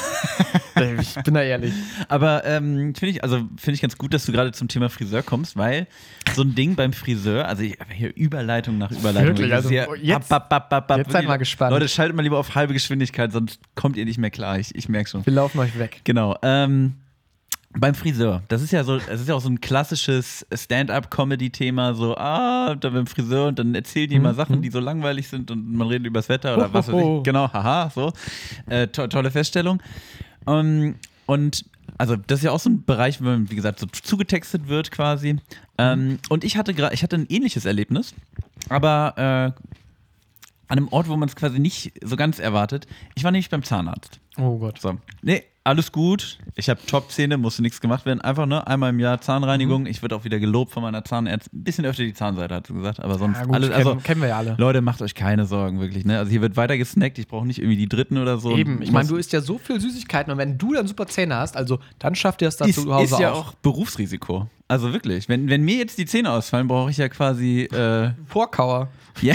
Ich bin da ehrlich. Aber ähm, finde ich, also finde ich ganz gut, dass du gerade zum Thema Friseur kommst, weil so ein Ding beim Friseur, also ich, hier Überleitung nach Überleitung. Wirklich, also hier, jetzt- bap, bap, bap, bap, jetzt seid mal gespannt. Leute, schaltet mal lieber auf halbe Geschwindigkeit, sonst kommt ihr nicht mehr klar. Ich, ich merke schon. Wir laufen euch weg. Genau. Ähm, beim Friseur, das ist ja so, das ist ja auch so ein klassisches Stand-up-Comedy-Thema, so, ah, da beim Friseur und dann erzählen die immer Mhm. Sachen, die so langweilig sind und man redet über das Wetter oder was weiß Hohoho. ich. Genau, haha, so. Äh, to tolle Feststellung. Um, und also das ist ja auch so ein Bereich, wo man, wie gesagt, so zugetextet wird quasi. Ähm, und ich hatte gerade, ich hatte ein ähnliches Erlebnis, aber äh, an einem Ort, wo man es quasi nicht so ganz erwartet. Ich war nämlich beim Zahnarzt. Oh Gott. So. Nee, alles gut. Ich habe Top-Zähne, musste nichts gemacht werden. Einfach, ne, einmal im Jahr Zahnreinigung. Ich wurde auch wieder gelobt von meiner Zahnärztin. Ein bisschen öfter die Zahnseite, hat sie gesagt. Aber sonst Ja, gut, alles. kennen, Also, kennen wir ja alle. Leute, macht euch keine Sorgen, wirklich. Ne? Also hier wird weiter gesnackt. Ich brauche nicht irgendwie die dritten oder so. Eben, ich meine, du isst ja so viel Süßigkeiten und wenn du dann super Zähne hast, also dann schafft ihr es da ist, zu Hause ist ja auch. auch Berufsrisiko. Also wirklich. Wenn, wenn mir jetzt die Zähne ausfallen, brauche ich ja quasi. Äh, Vorkauer. ja.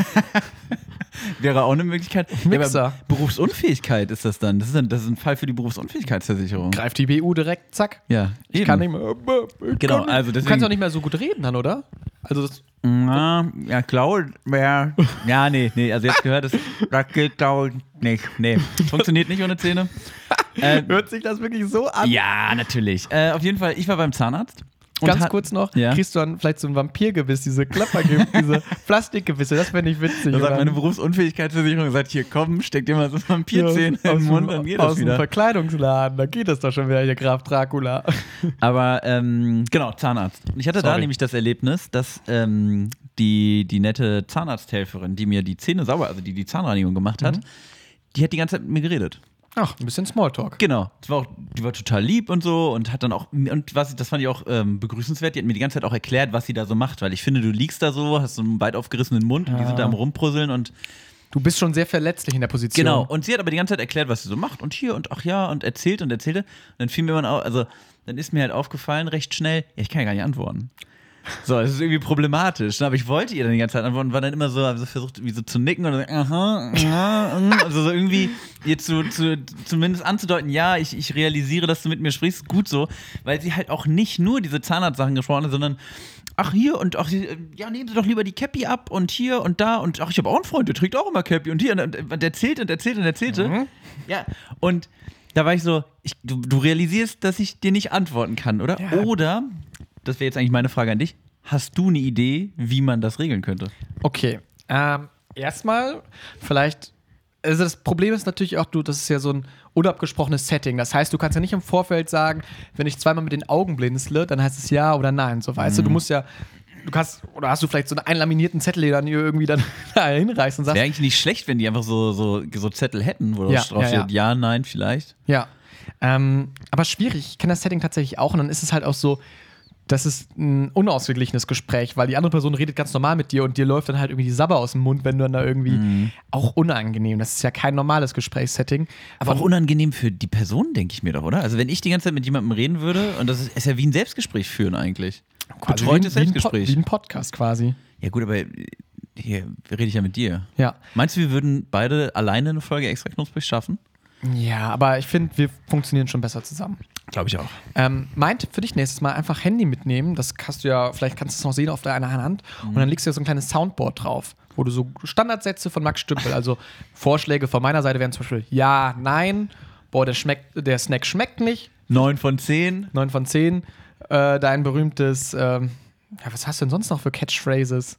Wäre auch eine Möglichkeit. Ja, Mixer. aber Berufsunfähigkeit ist das dann. Das ist ein, das ist ein Fall für die Berufsunfähigkeitsversicherung. Greift die B U direkt, zack. Ja, Ich eben. kann nicht mehr. Ich Genau, kann nicht. also Du deswegen- kannst auch nicht mehr so gut reden dann, oder? Also das, Na, ja, glaube ja. Ja, nee, nee, also jetzt gehört es, das geht glaube ich nicht. Nee, funktioniert nicht ohne Zähne. Äh, hört sich das wirklich so an? ja, natürlich. Äh, auf jeden Fall, ich war beim Zahnarzt. und Ganz hat- kurz noch, Ja. kriegst du dann vielleicht so ein Vampirgebiss, diese Klappergebiss, diese Plastikgebisse, das fände ich witzig. Da sagt oder? meine Berufsunfähigkeitsversicherung, sagt, hier komm, steck dir mal so Vampirzähne Ja, in aus den Mund, dem- dann geht aus das dem wieder. Verkleidungsladen, da geht das doch schon wieder, hier Graf Dracula. Aber ähm, genau, Zahnarzt. Und ich hatte da Sorry. nämlich das Erlebnis, dass ähm, die, die nette Zahnarzthelferin, die mir die Zähne sauber, also die die Zahnreinigung gemacht hat, Mhm. die hat die ganze Zeit mit mir geredet. Ach, ein bisschen Smalltalk. Genau, das war auch, die war total lieb und so und hat dann auch, und was, das fand ich auch ähm, begrüßenswert, die hat mir die ganze Zeit auch erklärt, was sie da so macht, weil ich finde, du liegst da so, hast so einen weit aufgerissenen Mund und die Ja. sind da am Rumprusseln und Du bist schon sehr verletzlich in der Position. genau, und sie hat aber die ganze Zeit erklärt, was sie so macht und hier und ach ja und erzählt und erzählte und dann fiel mir mal auf, also dann ist mir halt aufgefallen, recht schnell, ja, ich kann ja gar nicht antworten. So, es ist irgendwie problematisch, ne? Aber ich wollte ihr dann die ganze Zeit antworten, war dann immer so, habe so versucht, wie so zu nicken und dann, aha, aha, mhm. also so irgendwie ihr zu, zu, zumindest anzudeuten, ja, ich, ich realisiere, dass du mit mir sprichst, gut so, weil sie halt auch nicht nur diese Zahnarztsachen gesprochen hat, sondern ach hier und ach, ja, nehmen Sie doch lieber die Cappy ab und hier und da und ach, ich habe auch einen Freund, der trägt auch immer Cappy und hier und, und erzählt und erzählt und erzählte. Mhm. Ja, und da war ich so, ich, du, du realisierst, dass ich dir nicht antworten kann, oder? Ja. Oder, das wäre jetzt eigentlich meine Frage an dich, hast du eine Idee, wie man das regeln könnte? Okay, ähm, erstmal vielleicht, also das Problem ist natürlich auch, du, das ist ja so ein unabgesprochenes Setting. Das heißt, du kannst ja nicht im Vorfeld sagen, wenn ich zweimal mit den Augen blinzle, dann heißt es ja oder nein. So, weißt du, du musst ja, du kannst, oder hast du vielleicht so einen einlaminierten Zettel, den dann irgendwie dann da hinreißt und sagst, Wäre eigentlich nicht schlecht, wenn die einfach so, so, so Zettel hätten, wo Ja, drauf ja, steht, ja, nein, vielleicht. ja. Ähm, aber schwierig, ich kenne das Setting tatsächlich auch und dann ist es halt auch so, das ist ein unausgeglichenes Gespräch, weil die andere Person redet ganz normal mit dir und dir läuft dann halt irgendwie die Sabber aus dem Mund, wenn du dann da irgendwie Mhm. auch unangenehm. Das ist ja kein normales Gesprächssetting. Aber auch unangenehm für die Person, denke ich mir doch, oder? Also wenn ich die ganze Zeit mit jemandem reden würde, und das ist, ist ja wie ein Selbstgespräch führen eigentlich. Quasi Betreutes wie ein, wie ein, Pod, Selbstgespräch. wie ein Podcast quasi. Ja gut, aber hier rede ich ja mit dir. Ja. Meinst du, wir würden beide alleine eine Folge extra knusprig schaffen? Ja, aber ich finde, wir funktionieren schon besser zusammen. Glaube ich auch. Ähm, mein Tipp für dich nächstes Mal einfach Handy mitnehmen. Das kannst du ja, vielleicht kannst du es noch sehen auf deiner Hand. Und dann legst du ja so ein kleines Soundboard drauf, wo du so Standardsätze von Max Stümpel, also Vorschläge von meiner Seite wären zum Beispiel ja, nein, boah, der, schmeckt, der Snack schmeckt nicht, Neun von zehn. neun von zehn. Äh, dein berühmtes, ähm, ja, was hast du denn sonst noch für Catchphrases?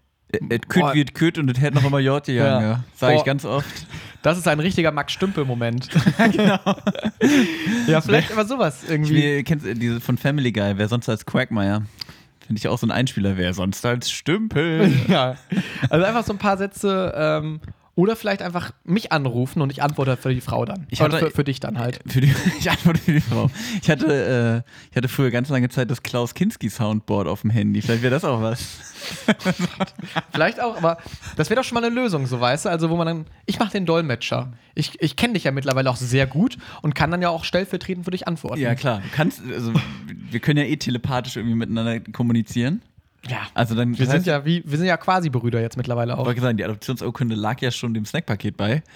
Es kütt wird kütt und es hätte noch immer J gegangen. Ja. Ja. Sag ich Boah. ganz oft. Das ist ein richtiger Max Stümpel-Moment. Genau. Ja, vielleicht aber sowas irgendwie. Wie, kennst du diese von Family Guy, wer sonst als Quagmire? Finde ich auch so ein Einspieler, wer sonst als Stümpel. Ja. Also einfach so ein paar Sätze ähm, oder vielleicht einfach mich anrufen und ich antworte für die Frau dann. Ich Oder hatte- für, für dich dann halt. Für die, ich antworte für die Frau. Ich hatte, äh, ich hatte früher ganz lange Zeit das Klaus Kinski Soundboard auf dem Handy. Vielleicht wäre das auch was. Vielleicht auch, aber das wäre doch schon mal eine Lösung, so weißt du. Also, wo man dann, ich mache den Dolmetscher. Ich, ich kenne dich ja mittlerweile auch sehr gut und kann dann ja auch stellvertretend für dich antworten. Ja, klar. Du kannst, also, wir können ja eh telepathisch irgendwie miteinander kommunizieren. Ja. Also dann, Wir das sind heißt, ja wie, wir sind ja quasi Brüder jetzt mittlerweile ich auch. wollte sagen, die Adoptionsurkunde lag ja schon dem Snackpaket bei. Ja.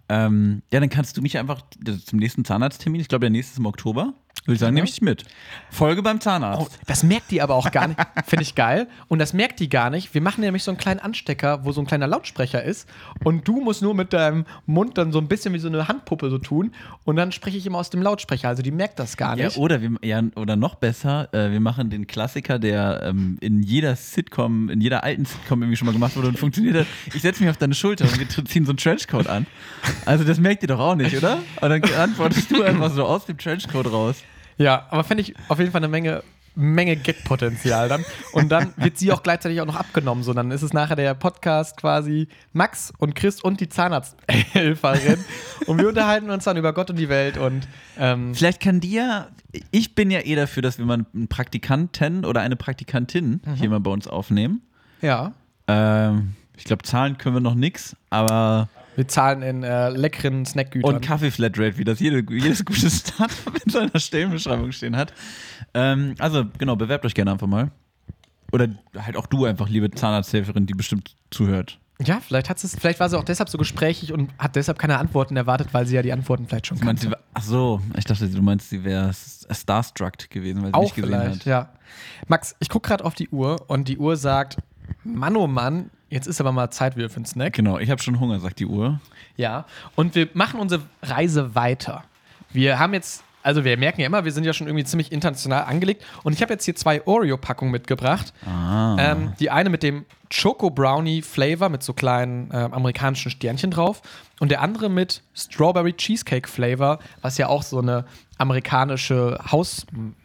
Ähm, ja, dann kannst du mich einfach zum nächsten Zahnarzttermin, ich glaube, der nächste ist im Oktober, würde ich sagen, nehme ich dich mit. Folge beim Zahnarzt. Oh, das merkt die aber auch gar nicht. Finde ich geil. Und das merkt die gar nicht. Wir machen nämlich so einen kleinen Anstecker, wo so ein kleiner Lautsprecher ist. Und du musst nur mit deinem Mund dann so ein bisschen wie so eine Handpuppe so tun. Und dann spreche ich immer aus dem Lautsprecher. Also die merkt das gar nicht. Ja, oder, wir, ja, oder noch besser, äh, wir machen den Klassiker, der ähm, in jeder Sitcom, in jeder alten Sitcom irgendwie schon mal gemacht wurde und funktioniert hat. Ich setze mich auf deine Schulter und wir ziehen so einen Trenchcoat an. Also das merkt ihr doch auch nicht, oder? Und dann antwortest du einfach so aus dem Trenchcoat raus. Ja, aber fände ich auf jeden Fall eine Menge, Menge Gag-Potenzial dann. Und dann wird sie auch gleichzeitig auch noch abgenommen. So, dann ist es nachher der Podcast quasi Max und Chris und die Zahnarzthelferin. Und wir unterhalten uns dann über Gott und die Welt. Und ähm, vielleicht kann die ja, ich bin ja eh dafür, dass wir mal einen Praktikanten oder eine Praktikantin mhm. hier mal bei uns aufnehmen. Ja. Ähm, ich glaube, zahlen können wir noch nix, aber wir zahlen in äh, leckeren Snackgütern. Und Kaffee-Flatrate, wie das jede, jedes gute Startup in seiner Stellenbeschreibung stehen hat. Ähm, also, genau, bewerbt euch gerne einfach mal. Oder halt auch du einfach, liebe Zahnarzthelferin, die bestimmt zuhört. Ja, vielleicht, hat's es, vielleicht war sie auch deshalb so gesprächig und hat deshalb keine Antworten erwartet, weil sie ja die Antworten vielleicht schon kannte. War, ach so, ich dachte, du meinst, sie wäre starstruck gewesen, weil sie auch nicht gesehen vielleicht, hat. Ja. Max, ich gucke gerade auf die Uhr und die Uhr sagt, Mann, oh Mann, jetzt ist aber mal Zeit wieder für einen Snack. Genau, ich habe schon Hunger, sagt die Uhr. Ja, und wir machen unsere Reise weiter. Wir haben jetzt, also wir merken ja immer, wir sind ja schon irgendwie ziemlich international angelegt. Und ich habe jetzt hier zwei Oreo-Packungen mitgebracht. Ah. Ähm, die eine mit dem Choco Brownie Flavor mit so kleinen äh, amerikanischen Sternchen drauf. Und der andere mit Strawberry Cheesecake Flavor, was ja auch so eine amerikanische Haus...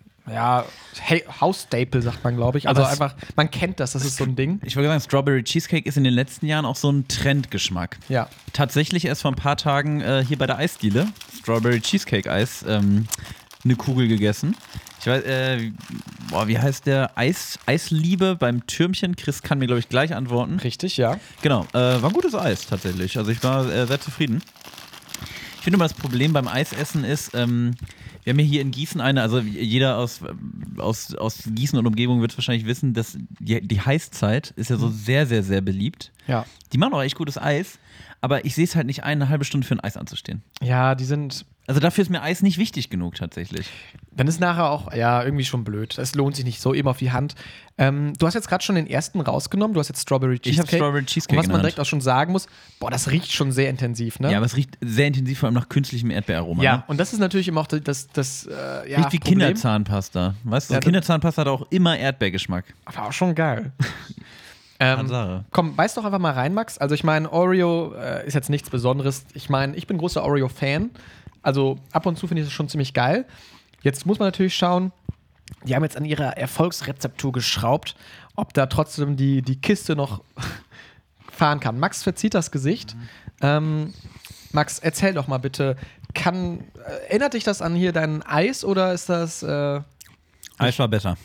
Ja, hey, House-Staple sagt man, glaube ich. Also einfach, man kennt das, das ist so ein Ding. Ich wollte sagen, Strawberry Cheesecake ist in den letzten Jahren auch so ein Trendgeschmack. Ja. Tatsächlich erst vor ein paar Tagen äh, hier bei der Eisdiele, Strawberry Cheesecake Eis, ähm, eine Kugel gegessen. Ich weiß, äh, boah, wie heißt der? Eis, Eisliebe beim Türmchen. Chris kann mir, glaube ich, gleich antworten. Richtig, ja. Genau, äh, war gutes Eis tatsächlich. Also ich war äh, sehr zufrieden. Ich finde immer, das Problem beim Eisessen ist, ähm, wir haben ja hier in Gießen eine, also jeder aus, aus, aus Gießen und Umgebung wird wahrscheinlich wissen, dass die, die Heißzeit ist ja so sehr, sehr, sehr beliebt. Ja. Die machen auch echt gutes Eis, aber ich sehe es halt nicht ein, eine halbe Stunde für ein Eis anzustehen. Ja, die sind... Also dafür ist mir Eis nicht wichtig genug tatsächlich. Dann ist nachher auch, ja, irgendwie schon blöd. Es lohnt sich nicht so eben auf die Hand. Ähm, du hast jetzt gerade schon den ersten rausgenommen. Du hast jetzt Strawberry Cheesecake. Ich habe Strawberry Cheesecake Und was man genannt. direkt auch schon sagen muss, boah, das riecht schon sehr intensiv, ne? Ja, aber es riecht sehr intensiv, vor allem nach künstlichem Erdbeeraroma. Ja, ne? und das ist natürlich immer auch das, das, das äh, ja, Riecht wie Problem. Kinderzahnpasta. Weißt du, Ja, Kinderzahnpasta hat auch immer Erdbeergeschmack. Aber auch schon geil. ähm, Sache. komm, beiß doch einfach mal rein, Max. Also ich meine, Oreo äh, ist jetzt nichts Besonderes. Ich meine, ich bin großer Oreo-Fan. Also ab und zu finde ich das schon ziemlich geil. Jetzt muss man natürlich schauen, die haben jetzt an ihrer Erfolgsrezeptur geschraubt, ob da trotzdem die, die Kiste noch fahren kann. Max verzieht das Gesicht. Mhm. Ähm, Max, erzähl doch mal bitte, kann, äh, erinnert dich das an hier dein Eis oder ist das... Äh, Eis war besser.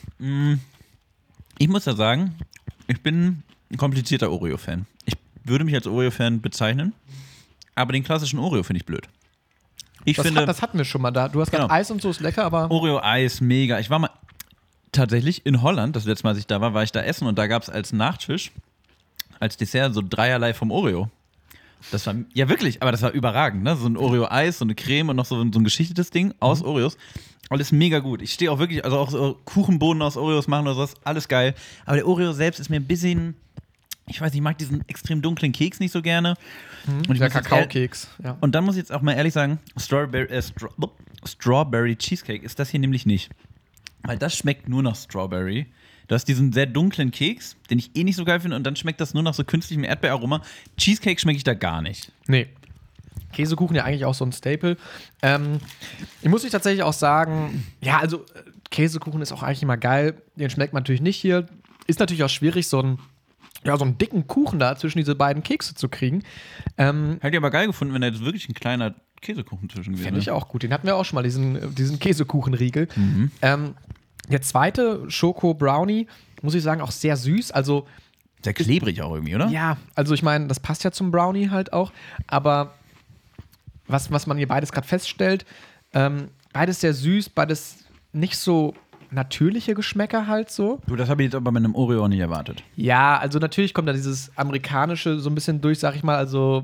Ich muss ja sagen, ich bin ein komplizierter Oreo-Fan. Ich würde mich als Oreo-Fan bezeichnen, aber den klassischen Oreo finde ich blöd. Ich das, finde, hat, das hatten wir schon mal da. Du hast genau. gerade Eis und so, ist lecker, aber... Oreo-Eis, mega. Ich war mal tatsächlich in Holland, das letzte Mal, als ich da war, war ich da essen und da gab es als Nachtisch, als Dessert so dreierlei vom Oreo. Das war, ja wirklich, aber das war überragend, ne? So ein Oreo-Eis, so eine Creme und noch so, so ein geschichtetes Ding aus mhm. Oreos. Alles mega gut. Ich stehe auch wirklich, also auch so Kuchenbohnen aus Oreos machen oder sowas, alles geil. Aber der Oreo selbst ist mir ein bisschen, ich weiß nicht, ich mag diesen extrem dunklen Keks nicht so gerne. Mhm. Und der Kakaokeks. Ja. Und dann muss ich jetzt auch mal ehrlich sagen, Strawberry, äh, Stra- Strawberry Cheesecake ist das hier nämlich nicht. Weil das schmeckt nur nach Strawberry. Du hast diesen sehr dunklen Keks, den ich eh nicht so geil finde, und dann schmeckt das nur nach so künstlichem Erdbeeraroma. Cheesecake schmecke ich da gar nicht. Nee. Käsekuchen ja eigentlich auch so ein Staple. Ähm, ich muss dich tatsächlich auch sagen, ja, also Käsekuchen ist auch eigentlich immer geil. Den schmeckt man natürlich nicht hier. Ist natürlich auch schwierig, so einen, ja, so einen dicken Kuchen da zwischen diese beiden Kekse zu kriegen. Ähm, Hätte ich aber geil gefunden, wenn da jetzt wirklich ein kleiner Käsekuchen zwischen gewesen wäre. Fände ich auch gut. Den hatten wir auch schon mal, diesen, diesen Käsekuchenriegel. Mhm. Ähm, der zweite, Schoko Brownie, muss ich sagen, auch sehr süß. Also sehr klebrig auch irgendwie, oder? Ja, also ich meine, das passt ja zum Brownie halt auch. Aber was, was man hier beides gerade feststellt, ähm, beides sehr süß, beides nicht so natürliche Geschmäcker halt so. Du, das habe ich jetzt aber mit einem Oreo auch nicht erwartet. Ja, also natürlich kommt da dieses amerikanische so ein bisschen durch, sag ich mal. Also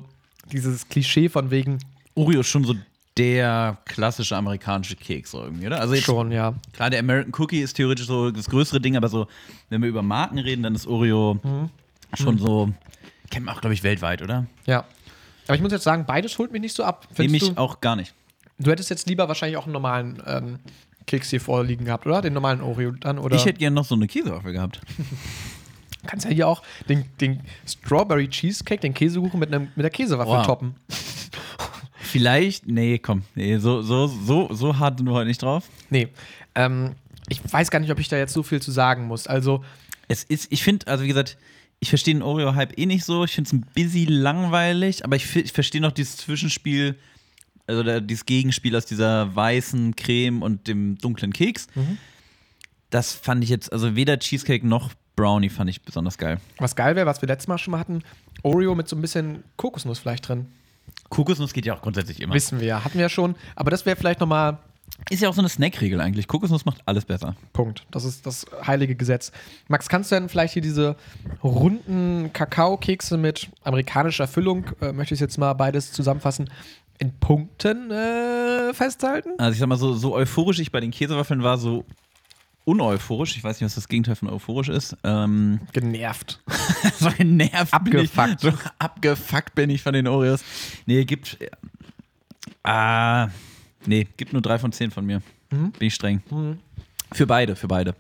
dieses Klischee von wegen. Oreo ist schon so der klassische amerikanische Keks so irgendwie, oder? Also jetzt, Schon, ja. Klar, der American Cookie ist theoretisch so das größere Ding, aber so, wenn wir über Marken reden, dann ist Oreo mhm. schon mhm. so, kennt man auch, glaube ich, weltweit, oder? Ja. Aber ich muss jetzt sagen, beides holt mich nicht so ab. Nehme ich auch gar nicht. Du hättest jetzt lieber wahrscheinlich auch einen normalen ähm, Keks hier vorliegen gehabt, oder? Den normalen Oreo dann, oder? Ich hätte gerne noch so eine Käsewaffel gehabt. Du kannst ja hier auch den, den Strawberry Cheesecake, den Käsekuchen mit, einem, mit der Käsewaffel wow. toppen. Vielleicht, nee, komm, nee, so, so, so, so hart sind wir heute nicht drauf. Nee, ähm, ich weiß gar nicht, ob ich da jetzt so viel zu sagen muss. Also, es ist, ich finde, also wie gesagt, ich verstehe den Oreo-Hype eh nicht so. Ich finde es ein bisschen langweilig, aber ich, ich verstehe noch dieses Zwischenspiel, also der, dieses Gegenspiel aus dieser weißen Creme und dem dunklen Keks. Mhm. Das fand ich jetzt, also weder Cheesecake noch Brownie fand ich besonders geil. Was geil wäre, was wir letztes Mal schon mal hatten, Oreo mit so ein bisschen Kokosnuss vielleicht drin. Kokosnuss geht ja auch grundsätzlich immer. Wissen wir ja, hatten wir ja schon. Aber das wäre vielleicht nochmal. Ist ja auch so eine Snackregel eigentlich. Kokosnuss macht alles besser. Punkt. Das ist das heilige Gesetz. Max, kannst du denn vielleicht hier diese runden Kakaokekse mit amerikanischer Füllung, äh, möchte ich jetzt mal beides zusammenfassen, in Punkten äh, festhalten? Also ich sag mal, so, so euphorisch ich bei den Käsewaffeln war, so uneuphorisch. Ich weiß nicht, was das Gegenteil von euphorisch ist. Ähm, genervt. so genervt. Abgefuckt. Bin ich, so abgefuckt bin ich von den Oreos. Nee, gibt. Ah. Äh, nee, gibt nur drei von zehn von mir. Mhm. Bin ich streng. Mhm. Für beide, für beide.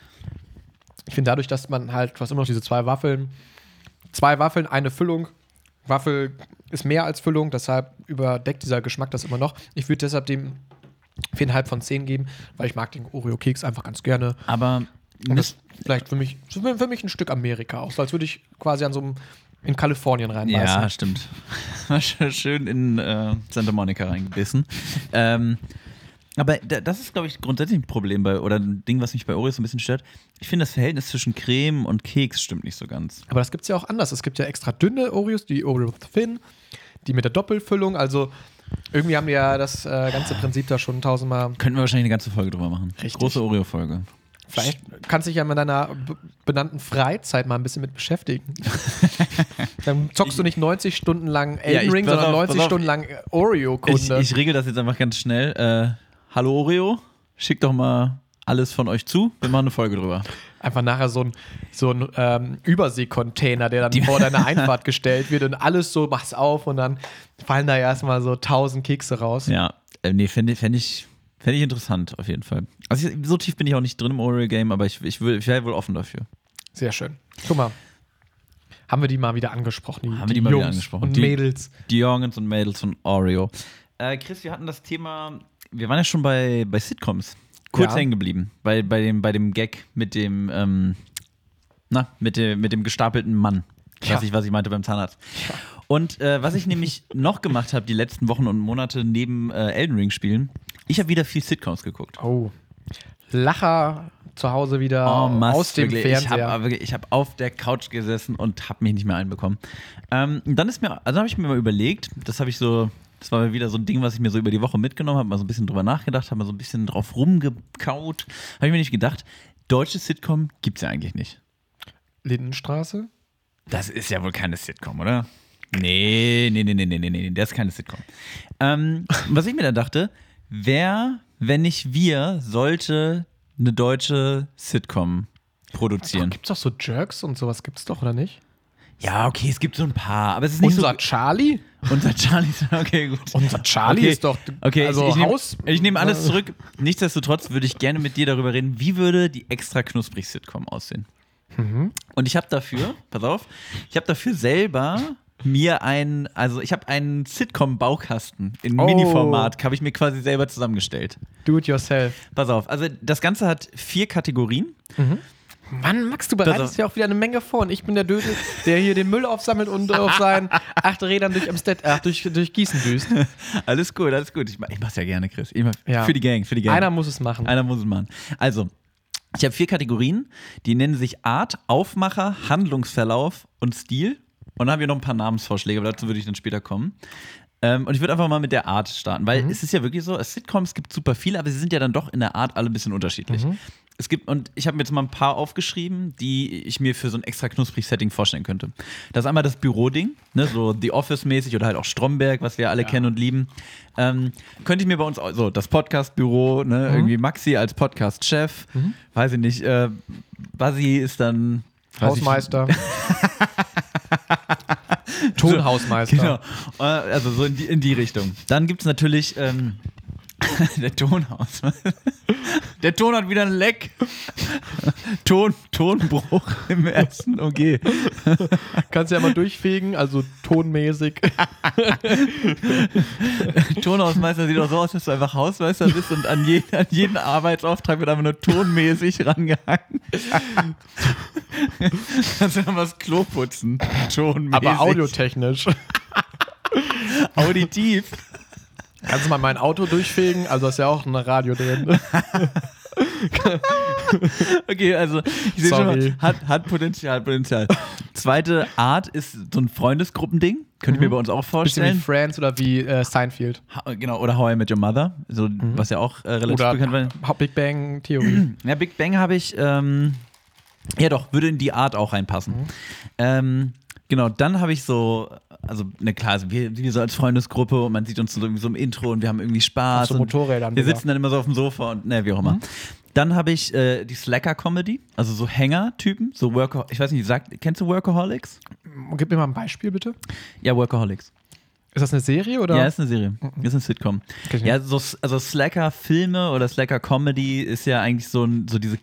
Ich finde dadurch, dass man halt, du hast immer noch diese zwei Waffeln. Zwei Waffeln, eine Füllung. Waffel ist mehr als Füllung, deshalb überdeckt dieser Geschmack das immer noch. Ich würde deshalb dem viereinhalb von zehn geben, weil ich mag den Oreo-Keks einfach ganz gerne. Aber und das vielleicht für mich, für mich ein Stück Amerika aus, als würde ich quasi an so einem in Kalifornien reinbeißen. Ja, stimmt. Schön in äh, Santa Monica reingebissen. ähm, aber das ist, glaube ich, grundsätzlich ein Problem bei, oder ein Ding, was mich bei Oreos so ein bisschen stört. Ich finde, das Verhältnis zwischen Creme und Keks stimmt nicht so ganz. Aber das gibt es ja auch anders. Es gibt ja extra dünne Oreos, die Oreo Thin, die mit der Doppelfüllung, also irgendwie haben wir ja das äh, ganze Prinzip da schon tausendmal. Könnten wir wahrscheinlich eine ganze Folge drüber machen. Richtig. Große Oreo-Folge. Vielleicht kannst du dich ja mit deiner b- benannten Freizeit mal ein bisschen mit beschäftigen. Dann zockst du nicht neunzig Stunden lang Elden ja, Ring, sondern auf, neunzig Stunden lang Oreo-Kunde. Ich, ich regel das jetzt einfach ganz schnell. Äh, hallo Oreo, schickt doch mal alles von euch zu. Wir machen eine Folge drüber. Einfach nachher so ein, so ein ähm, Übersee-Container, der dann Die vor deiner Einfahrt gestellt wird und alles so machst auf und dann fallen da erstmal so tausend Kekse raus. Ja, äh, nee, fände fänd ich, fänd ich interessant auf jeden Fall. Also ich, so tief bin ich auch nicht drin im Oreo-Game, aber ich, ich, ich wäre wohl offen dafür. Sehr schön. Guck mal, haben wir die mal wieder angesprochen, die, haben die wir die mal Jungs wieder angesprochen. und die, Mädels. Die Jungs und Mädels von Oreo. Äh, Chris, wir hatten das Thema, wir waren ja schon bei, bei Sitcoms. Kurz ja. hängen geblieben, bei, bei, dem, bei dem Gag mit dem, ähm, na, mit dem, mit dem gestapelten Mann. Ja. Weiß ich, was ich meinte beim Zahnarzt. Ja. Und äh, was ich nämlich noch gemacht habe die letzten Wochen und Monate neben äh, Elden Ring spielen, ich habe wieder viel Sitcoms geguckt. Oh. Lacher zu Hause wieder oh, Mast, aus dem wirklich. Fernseher. Ich habe hab auf der Couch gesessen und habe mich nicht mehr einbekommen. Ähm, dann ist mir, also habe ich mir mal überlegt, das habe ich so, das war wieder so ein Ding, was ich mir so über die Woche mitgenommen habe, mal so ein bisschen drüber nachgedacht, habe mal so ein bisschen drauf rumgekaut. Habe ich mir nicht gedacht, deutsche Sitcom gibt's ja eigentlich nicht. Lindenstraße? Das ist ja wohl keine Sitcom, oder? Nee, nee, nee, nee, nee, nee, nee, das ist keine Sitcom. Ähm, was ich mir dann dachte, wer, wenn nicht wir, sollte eine deutsche Sitcom produzieren? Ach, gibt's doch so Jerks und sowas, gibt's doch, oder nicht? Ja, okay, es gibt so ein paar, aber es ist nicht Unser so. Charlie? Unser Charlie, okay, gut. Unser Charlie okay. ist doch. Okay, also ich, ich Haus. nehme ich nehm alles zurück. Nichtsdestotrotz würde ich gerne mit dir darüber reden, wie würde die extra knusprig Sitcom aussehen? Mhm. Und ich habe dafür, pass auf, ich habe dafür selber mir ein, also ich habe einen Sitcom-Baukasten in Oh. Mini-Format, habe ich mir quasi selber zusammengestellt. Do it yourself. Pass auf, also das Ganze hat vier Kategorien. Mhm. Mann, Max, du bereitest ja auch wieder eine Menge vor. Und ich bin der Dödel, der hier den Müll aufsammelt und auf seinen acht Rädern durch, Amstead, ach, durch, durch Gießen düst. Alles gut, alles gut. Ich, mach, ich mach's ja gerne, Chris. Ich mach, Ja. Für die Gang, für die Gang. Einer muss es machen. Einer muss es machen. Also, ich habe vier Kategorien, die nennen sich Art, Aufmacher, Handlungsverlauf und Stil. Und dann haben wir noch ein paar Namensvorschläge, aber dazu würde ich dann später kommen. Ähm, und ich würde einfach mal mit der Art starten, weil Mhm. es ist ja wirklich so, Sitcoms gibt super viele, aber sie sind ja dann doch in der Art alle ein bisschen unterschiedlich. Mhm. es gibt, und ich habe mir jetzt mal ein paar aufgeschrieben, die ich mir für so ein extra knusprig Setting vorstellen könnte. Das ist einmal das Büroding, ne, so The Office-mäßig oder halt auch Stromberg, was wir alle ja. kennen und lieben. Ähm, könnte ich mir bei uns, auch, so das Podcast-Büro, ne, mhm. irgendwie Maxi als Podcast-Chef, mhm. weiß ich nicht, äh, Basi ist dann Hausmeister. Tonhausmeister. Genau, also so in die, in die Richtung. Dann gibt es natürlich ähm, der Tonhaus. Der Ton hat wieder ein Leck. Ton, Tonbruch im ersten O G. Kannst ja mal durchfegen, also tonmäßig. Tonhausmeister sieht auch so aus, dass du einfach Hausmeister bist und an, je, an jeden Arbeitsauftrag wird einfach nur tonmäßig rangehangen. Kannst du dann mal das Klo putzen. Tonmäßig. Aber audiotechnisch. Auditiv. Kannst du mal mein Auto durchfegen? Also ist ja auch ein Radio drin. Okay, also ich sehe schon mal, hat, hat Potenzial, hat Potenzial. Zweite Art ist so ein Freundesgruppending. Könnt ihr mhm. mir bei uns auch vorstellen. Bisschen wie Friends oder wie äh, Seinfeld. Ha, genau, oder How I Met Your Mother, so, mhm. was ja auch äh, relativ oder bekannt war. Big Bang Theorie. Ja, Big Bang habe ich, ähm, ja doch, würde in die Art auch reinpassen. Mhm. Ähm, genau, dann habe ich so, also, ne klar, also wir, wir so als Freundesgruppe und man sieht uns so, irgendwie so im Intro und wir haben irgendwie Spaß. Auf so Motorrädern. Wir sitzen dann immer so auf dem Sofa und ne, wie auch immer. Mhm. Dann habe ich äh, die Slacker-Comedy, also so Hänger-Typen, so Worker, ich weiß nicht, sagt, kennst du Workaholics? Gib mir mal ein Beispiel, bitte. Ja, Workaholics. Ist das eine Serie, oder? Ja, ist eine Serie. Mhm. Ist eine Sitcom. Okay. Ja, so, also Slacker-Filme oder Slacker-Comedy ist ja eigentlich so, so diese,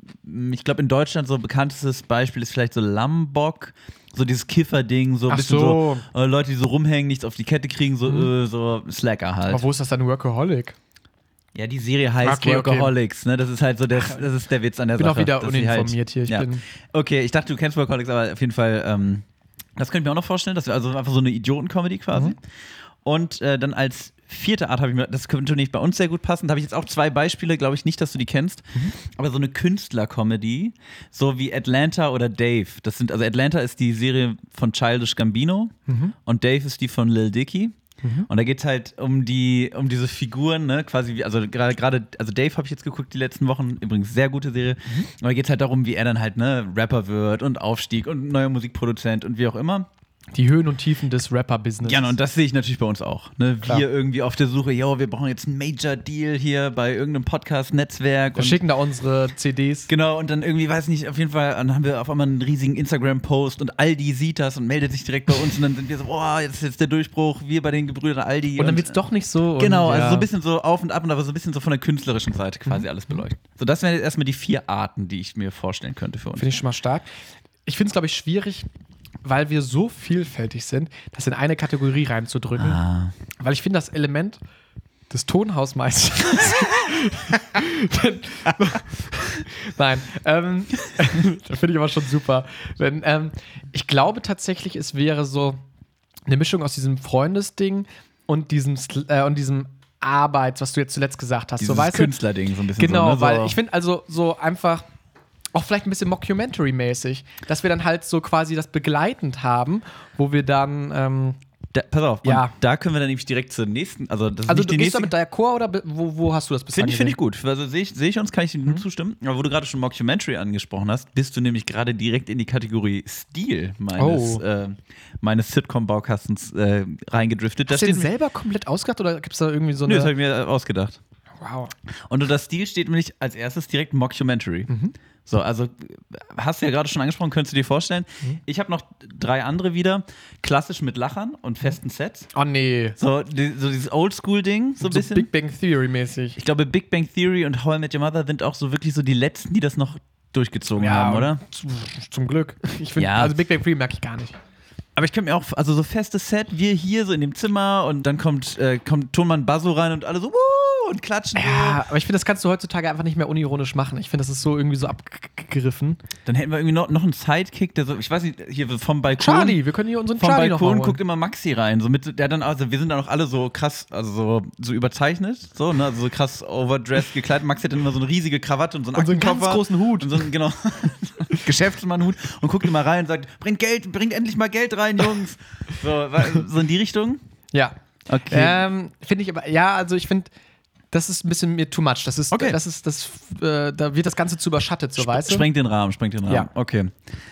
ich glaube in Deutschland so bekanntestes Beispiel ist vielleicht so Lambok, so dieses Kiffer-Ding, so ein Ach bisschen so, so äh, Leute, die so rumhängen, nichts auf die Kette kriegen, so, mhm. äh, so Slacker halt. Aber wo ist das dann Workaholic? Ja, die Serie heißt okay, Workaholics, okay. ne? Das ist halt so, der, das ist der Witz an der Sache. Ich bin auch wieder uninformiert halt, hier. Ich ja. bin okay, ich dachte, du kennst Workaholics, aber auf jeden Fall, ähm, das könnte ich mir auch noch vorstellen. Das wäre also einfach so eine Idioten-Comedy quasi. Mhm. Und äh, dann als vierte Art habe ich mir, das könnte nicht bei uns sehr gut passen, da habe ich jetzt auch zwei Beispiele, glaube ich nicht, dass du die kennst, mhm. aber so eine Künstler-Comedy, so wie Atlanta oder Dave. Das sind, also Atlanta ist die Serie von Childish Gambino mhm. und Dave ist die von Lil Dicky. Mhm. Und da geht es halt um die, um diese Figuren, ne, quasi wie, also gerade, gerade, also Dave habe ich jetzt geguckt die letzten Wochen, übrigens sehr gute Serie. Mhm. Aber da geht es halt darum, wie er dann halt, ne, Rapper wird und Aufstieg und neuer Musikproduzent und wie auch immer. Die Höhen und Tiefen des Rapper-Business. Ja, und das sehe ich natürlich bei uns auch. Ne? Wir irgendwie auf der Suche, yo, wir brauchen jetzt einen Major-Deal hier bei irgendeinem Podcast-Netzwerk. Wir schicken da unsere C Ds. Genau, und dann irgendwie, weiß nicht, auf jeden Fall, dann haben wir auf einmal einen riesigen Instagram-Post und Aldi sieht das und meldet sich direkt bei uns und dann sind wir so, boah, jetzt ist jetzt der Durchbruch, wir bei den Gebrüdern Aldi. Und dann wird es doch nicht so. Genau, und, also ja. so ein bisschen so auf und ab und aber so ein bisschen so von der künstlerischen Seite quasi mhm. alles beleuchten. So, das wären jetzt erstmal die vier Arten, die ich mir vorstellen könnte für uns. Finde ich schon mal stark. Ich finde es, glaube ich, schwierig, weil wir so vielfältig sind, das in eine Kategorie reinzudrücken. Ah. Weil ich finde, das Element des Tonhausmeisters. Nein. Ähm, das finde ich aber schon super. Wenn, ähm, ich glaube tatsächlich, es wäre so eine Mischung aus diesem Freundesding und diesem, äh, und diesem Arbeits, was du jetzt zuletzt gesagt hast. Dieses so, weißt Künstlerding so ein bisschen. Genau, so, ne? weil so. ich finde also so einfach auch vielleicht ein bisschen Mockumentary-mäßig, dass wir dann halt so quasi das begleitend haben, wo wir dann ähm, da, pass auf, ja. da können wir dann nämlich direkt zur nächsten, also das ist Also nicht du die gehst nächste, da mit D'accord oder wo, wo hast du das bisher Finde ich, find ich gut. Also sehe ich, seh ich uns, kann ich dir nur mhm. zustimmen. Aber wo du gerade schon Mockumentary angesprochen hast, bist du nämlich gerade direkt in die Kategorie Stil meines, oh. äh, meines Sitcom-Baukastens äh, reingedriftet. Hast du den selber komplett ausgedacht oder gibt es da irgendwie so eine... Nö, das habe ich mir ausgedacht. Wow. Und unter Stil steht nämlich als erstes direkt Mockumentary. Mhm. So, also hast du ja gerade schon angesprochen, könntest du dir vorstellen. Mhm. Ich habe noch drei andere wieder. Klassisch mit Lachern und festen Sets. Oh nee. So, die, so dieses Oldschool-Ding, so ein so bisschen. Big Bang Theory-mäßig. Ich glaube, Big Bang Theory und How I Met Your Mother sind auch so wirklich so die letzten, die das noch durchgezogen ja, haben, oder? Zum Glück. Ich finde, ja. also Big Bang Theory merke ich gar nicht. Aber ich könnte mir auch, also so festes Set, wir hier so in dem Zimmer und dann kommt, äh, kommt Tonmann Basso rein und alle so, wuh, und klatschen. Ja, aber ich finde, das kannst du heutzutage einfach nicht mehr unironisch machen. Ich finde, das ist so irgendwie so abgegriffen. Dann hätten wir irgendwie noch, noch einen Sidekick, der so, ich weiß nicht, hier vom Balkon. Charlie, wir können hier unseren vom Charlie Balkon noch mal guckt immer Maxi rein. So mit, der dann, also wir sind dann auch alle so krass, also so, so überzeichnet, so, ne, also so krass overdressed gekleidet. Maxi hat dann immer so eine riesige Krawatte und so einen und so einen Aktenkoffer. ganz großen Hut. Und so einen, genau, Geschäftsmannhut und guckt immer rein und sagt, bringt Geld, bringt endlich mal Geld rein, Jungs. So, so in die Richtung? Ja. Okay. Ähm, finde ich aber, ja, also ich finde, das ist ein bisschen mir too much. Das ist, Okay. das ist, das, äh, da wird das Ganze zu überschattet, so Sp- weißt du? Sprengt den Rahmen, sprengt den Rahmen. Ja. Okay.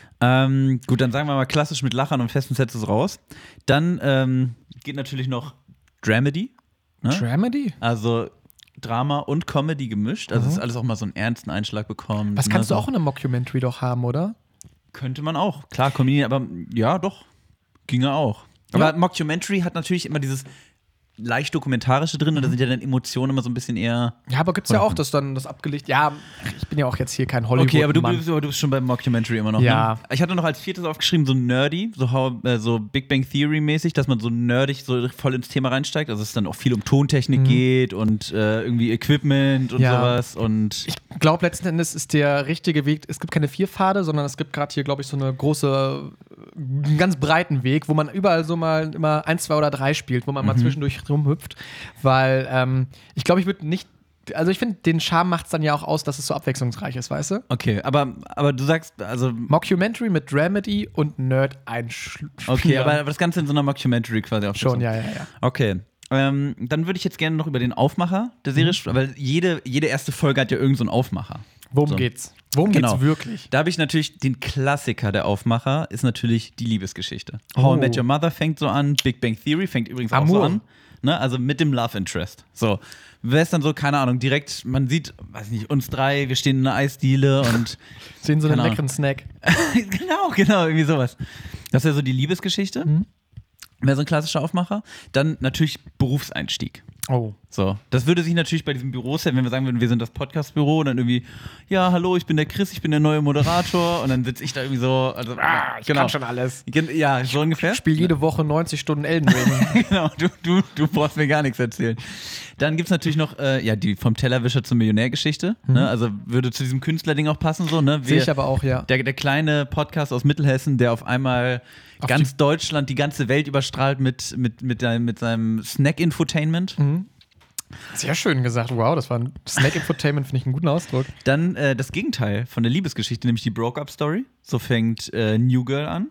Ähm, gut, dann sagen wir mal klassisch mit Lachern und festen Sätzen raus. Dann ähm, geht natürlich noch Dramedy. Ne? Dramedy? Also Drama und Comedy gemischt. Also es ist alles auch mal so einen ernsten Einschlag bekommen. Was kannst ne? du auch in einem Mockumentary doch haben, oder? Könnte man auch. Klar, Comedy, aber ja, doch. Ginge auch. Aber Ja. Mockumentary hat natürlich immer dieses leicht dokumentarische drin und da sind ja dann Emotionen immer so ein bisschen eher. Ja, aber gibt's ja auch das dann, das abgelegt. Ja, ich bin ja auch jetzt hier kein Hollywood. Okay, aber du, Mann. bist, aber du bist schon beim Mockumentary immer noch. Ja. Ne? Ich hatte noch als viertes aufgeschrieben, so nerdy, so, how, äh, so Big Bang Theory-mäßig, dass man so nerdig so voll ins Thema reinsteigt. Also, dass es dann auch viel um Tontechnik geht und äh, irgendwie Equipment und Ja. sowas. Und Ich glaube, letzten Endes ist der richtige Weg, es gibt keine vier Pfade, sondern es gibt gerade hier, glaube ich, so eine große, einen ganz breiten Weg, wo man überall so mal immer eins, zwei oder drei spielt, wo man mal zwischendurch rumhüpft, weil ähm, ich glaube, ich würde nicht, also ich finde, den Charme macht es dann ja auch aus, dass es so abwechslungsreich ist, weißt du? okay, aber, aber du sagst, also. Mockumentary mit Dramedy und Nerd einschließen. Okay, aber, aber das Ganze in so einer Mockumentary quasi auch Schon, ja, ja, ja. Okay. Ähm, dann würde ich jetzt gerne noch über den Aufmacher der Serie sprechen, weil jede, jede erste Folge hat ja irgendeinen so einen Aufmacher. Worum So. geht's? Worum Genau. geht's wirklich? Da habe ich natürlich den Klassiker der Aufmacher, ist natürlich die Liebesgeschichte. How I Oh. Met Your Mother fängt so an, Big Bang Theory fängt übrigens auch Amour. so an. Ne? Also mit dem Love Interest. So. Wäre es dann so, keine Ahnung, direkt, man sieht, weiß nicht, uns drei, wir stehen in einer Eisdiele und Sehen so einen Keine leckeren Snack. genau, genau, irgendwie sowas. Das wäre so die Liebesgeschichte. Mhm. Wäre so ein klassischer Aufmacher. Dann natürlich Berufseinstieg. Oh. So, das würde sich natürlich bei diesem Büroset, wenn wir sagen würden, wir sind das Podcast-Büro und dann irgendwie, ja, hallo, ich bin der Chris, ich bin der neue Moderator und dann sitze ich da irgendwie so, also, Ah, ich genau. kann schon alles. Gen- Ja, so ungefähr. Ich spiele jede Woche neunzig Stunden Elden Ring. Genau, du, du, du brauchst mir gar nichts erzählen. Dann gibt es natürlich noch, äh, ja, die vom Tellerwischer zur Millionärgeschichte, ne? Also würde zu diesem Künstlerding auch passen, so, ne? Sehe Wir- ich aber auch, ja. Der, der kleine Podcast aus Mittelhessen, der auf einmal Auf ganz Deutschland, die ganze Welt überstrahlt mit, mit, mit, deinem, mit seinem Snack-Infotainment. Sehr schön gesagt. Wow, das war ein Snack-Infotainment, finde ich einen guten Ausdruck. Dann äh, das Gegenteil von der Liebesgeschichte, nämlich die Broke-Up-Story. So fängt äh, New Girl an.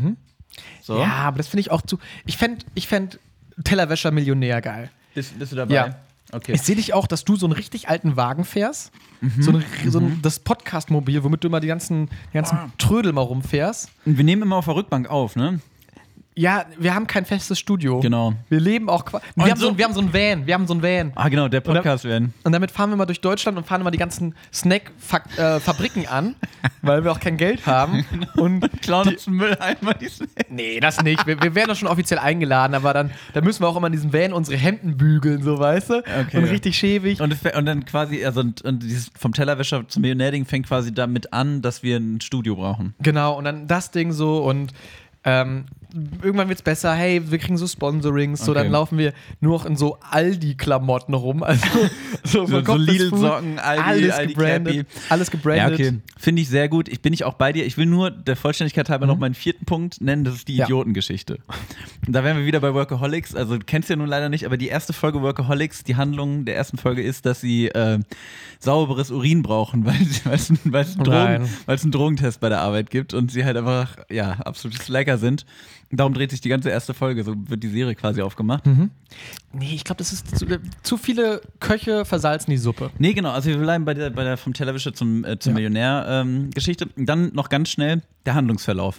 So. Ja, aber das finde ich auch zu. Ich fände ich fänd Tellerwäscher Millionär geil. Bist, bist du dabei? Ja. Okay. Ich sehe dich auch, dass du so einen richtig alten Wagen fährst. So, ein, so ein, das Podcast-Mobil, womit du immer die ganzen, die ganzen Trödel mal rumfährst. Und wir nehmen immer auf der Rückbank auf, ne? Ja, wir haben kein festes Studio. Genau. Wir leben auch. qua- Wir Und haben, so, so- wir haben so ein Van. Wir haben so ein Van. Ah, genau, der Podcast werden. Und damit fahren wir mal durch Deutschland und fahren immer die ganzen Snack-Fabriken an, weil wir auch kein Geld haben. Und Klauen aus dem Mülleimer die Snacks. nee, das nicht. Wir, wir werden doch schon offiziell eingeladen, aber dann, dann müssen wir auch immer in diesem Van unsere Hemden bügeln, so weißt du? Okay. Und richtig schäbig. Und, es, und dann quasi, also und, und dieses vom Tellerwäscher zum Millionär-Ding fängt quasi damit an, dass wir ein Studio brauchen. Genau, und dann das Ding so und ähm, irgendwann wird's besser, hey, wir kriegen so Sponsorings, so Okay. dann laufen wir nur noch in so Aldi-Klamotten rum. Also so, So, von so Kopf bis Lidl-Socken, Fuß, Aldi, alles Aldi gebrandet. Cappy. Alles Ja, gebrandet. okay. Finde ich sehr gut. Ich bin ich auch bei dir. Ich will nur der Vollständigkeit halber noch meinen vierten Punkt nennen. Das ist die Ja. Idiotengeschichte. Und da wären wir wieder bei Workaholics. Also, du kennst ja nun leider nicht, aber die erste Folge Workaholics, die Handlung der ersten Folge ist, dass sie äh, sauberes Urin brauchen, weil es weil es ein, weil es einen Nein. Drogen, weil es einen Drogentest bei der Arbeit gibt und sie halt einfach, ja, absolute Slacker sind. Darum dreht sich die ganze erste Folge. So wird die Serie quasi aufgemacht. Nee, ich glaube, das ist zu, zu viele Köche versalzen die Suppe. Nee, genau, also wir bleiben bei der, bei der vom Tellerwischer zum, äh, zum Ja. Millionär-Geschichte. Dann noch ganz schnell der Handlungsverlauf.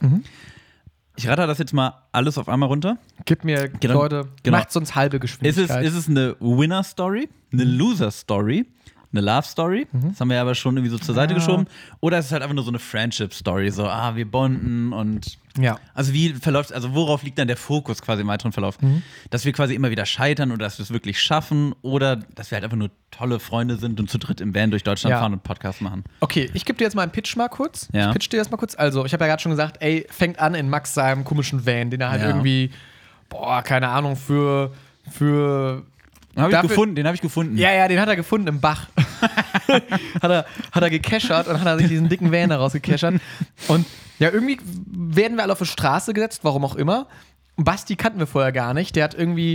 Ich ratter das jetzt mal alles auf einmal runter. Gib mir, Genau. Leute, Genau. macht sonst halbe Ist es, Geschwindigkeit. ist es eine Winner-Story, eine Loser-Story, eine Love-Story? Das haben wir ja aber schon irgendwie so zur Seite Ah. geschoben. Oder ist es halt einfach nur so eine Friendship-Story, so, ah, wir bonden und. ja. Also wie verläuft, also worauf liegt dann der Fokus quasi im weiteren Verlauf? Dass wir quasi immer wieder scheitern oder dass wir es wirklich schaffen oder dass wir halt einfach nur tolle Freunde sind und zu dritt im Van durch Deutschland Ja. fahren und Podcasts machen. Okay, ich gebe dir jetzt mal einen Pitch mal kurz. Ja. Ich pitch dir das mal kurz. Also, ich habe ja gerade schon gesagt, ey, fängt an in Max seinem komischen Van, den er halt Ja. irgendwie, boah, keine Ahnung, für, für Habe ich Dafür- gefunden, den habe ich gefunden. Ja, ja, den hat er gefunden im Bach. hat, er, hat er gecachert und hat er sich diesen dicken Van da rausgecachert. Und ja, irgendwie werden wir alle auf die Straße gesetzt, warum auch immer. Und Basti kannten wir vorher gar nicht. Der hat irgendwie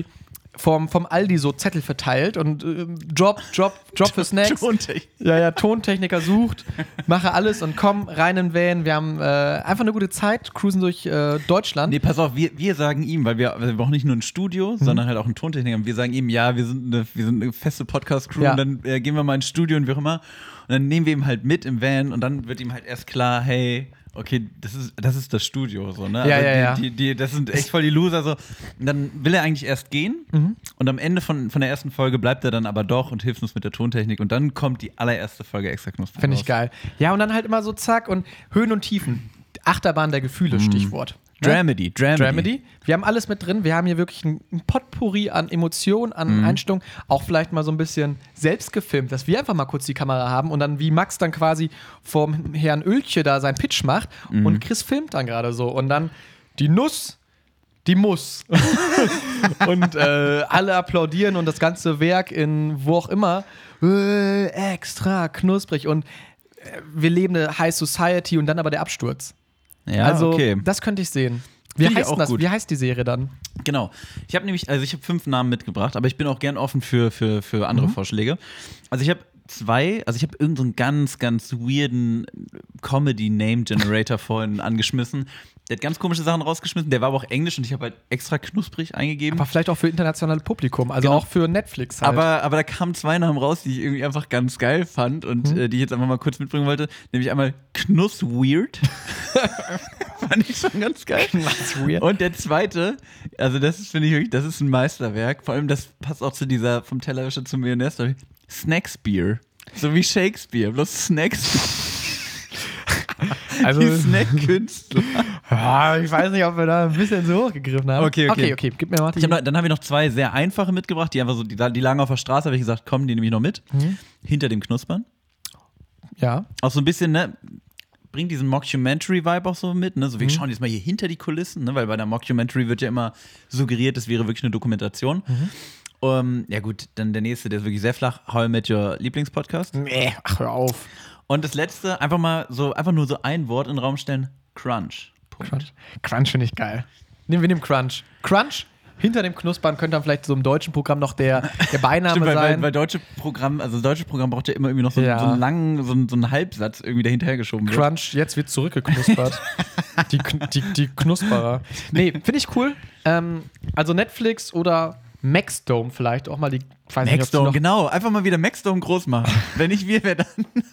vom, vom Aldi so Zettel verteilt und äh, Job, Job, Job für Snacks. Tontechnik. Ja, ja, Tontechniker sucht, mache alles und komm rein in den Van. Wir haben äh, einfach eine gute Zeit, cruisen durch äh, Deutschland. Nee, pass auf, wir, wir sagen ihm, weil wir, wir brauchen nicht nur ein Studio, mhm. sondern halt auch einen Tontechniker. Wir sagen ihm, ja, wir sind eine, wir sind eine feste Podcast-Crew ja. und dann äh, gehen wir mal ins Studio und wie auch immer. Und dann nehmen wir ihn halt mit im Van und dann wird ihm halt erst klar, hey, okay, das ist das, ist das Studio, so, ne? Ja, also ja, die, ja. Die, die, das sind echt voll die Loser, so. Und dann will er eigentlich erst gehen mhm. und am Ende von, von der ersten Folge bleibt er dann aber doch und hilft uns mit der Tontechnik und dann kommt die allererste Folge extra knusprig. Finde ich geil. Ja, und dann halt immer so zack und Höhen und Tiefen. Achterbahn der Gefühle, mhm. Stichwort. Dramedy, Dramedy. Dramedy. Wir haben alles mit drin. Wir haben hier wirklich ein, ein Potpourri an Emotionen, an mhm. Einstellungen. Auch vielleicht mal so ein bisschen selbst gefilmt, dass wir einfach mal kurz die Kamera haben und dann wie Max dann quasi vom Herrn Oeltje da seinen Pitch macht mhm. und Chris filmt dann gerade so. Und dann die Nuss, die muss. und äh, alle applaudieren und das ganze Werk in wo auch immer äh, extra knusprig. Und äh, wir leben eine High Society und dann aber der Absturz. Ja, also, okay. das könnte ich sehen. Wie Find heißt das? Wie heißt die Serie dann? Genau. Ich habe nämlich, also ich habe fünf Namen mitgebracht, aber ich bin auch gern offen für, für, für andere mhm. Vorschläge. Also ich habe zwei, also ich habe irgendeinen so ganz, ganz weirden Comedy-Name-Generator vorhin angeschmissen. Der hat ganz komische Sachen rausgeschmissen, der war aber auch Englisch und ich habe halt extra knusprig eingegeben. Aber vielleicht auch für internationales Publikum, also genau. auch für Netflix halt. Aber, aber da kamen zwei Namen raus, die ich irgendwie einfach ganz geil fand und mhm. äh, die ich jetzt einfach mal kurz mitbringen wollte. Nämlich einmal Knuss Weird. Fand ich schon ganz geil. Knuss Weird. Und der zweite, also das ist, finde ich wirklich, das ist ein Meisterwerk. Vor allem, das passt auch zu dieser vom Tellerwäscher zum Millionär-Story. Snackspear. So wie Shakespeare, bloß Snackspear. Also, die Snack-Künstler. Ja, ich weiß nicht, ob wir da ein bisschen so hochgegriffen haben. Okay, okay. Okay, okay. Gib mir mal die. Ich hab noch, dann haben wir noch zwei sehr einfache mitgebracht, die einfach so, die, die lagen auf der Straße, habe ich gesagt, komm, die nehme ich noch mit. Mhm. Hinter dem Knuspern. Ja. Auch so ein bisschen, ne, bringt diesen Mockumentary-Vibe auch so mit, ne, so wir mhm. schauen jetzt mal hier hinter die Kulissen, ne, weil bei einer Mockumentary wird ja immer suggeriert, das wäre wirklich eine Dokumentation. Mhm. Um, ja gut, dann der nächste, der ist wirklich sehr flach, How I Met Your Lieblingspodcast. Nee, ach, hör auf. Und das letzte, einfach mal so, einfach nur so ein Wort in den Raum stellen, Crunch. Punkt. Crunch, Crunch finde ich geil. Nehmen wir den Crunch. Crunch, hinter dem Knuspern könnte dann vielleicht so im deutschen Programm noch der, der Beiname Stimmt, weil, sein. Weil, weil deutsche Programm, also das deutsche Programm braucht ja immer irgendwie noch so, ja. so einen langen, so einen, so einen Halbsatz irgendwie dahinter geschoben wird. Crunch, jetzt wird zurückgeknuspert. die, die, die Knusperer. Nee, finde ich cool. Ähm, also Netflix oder Maxdome vielleicht auch mal die. Maxdome, genau. Einfach mal wieder Maxdome groß machen. Wenn nicht wir, wer dann?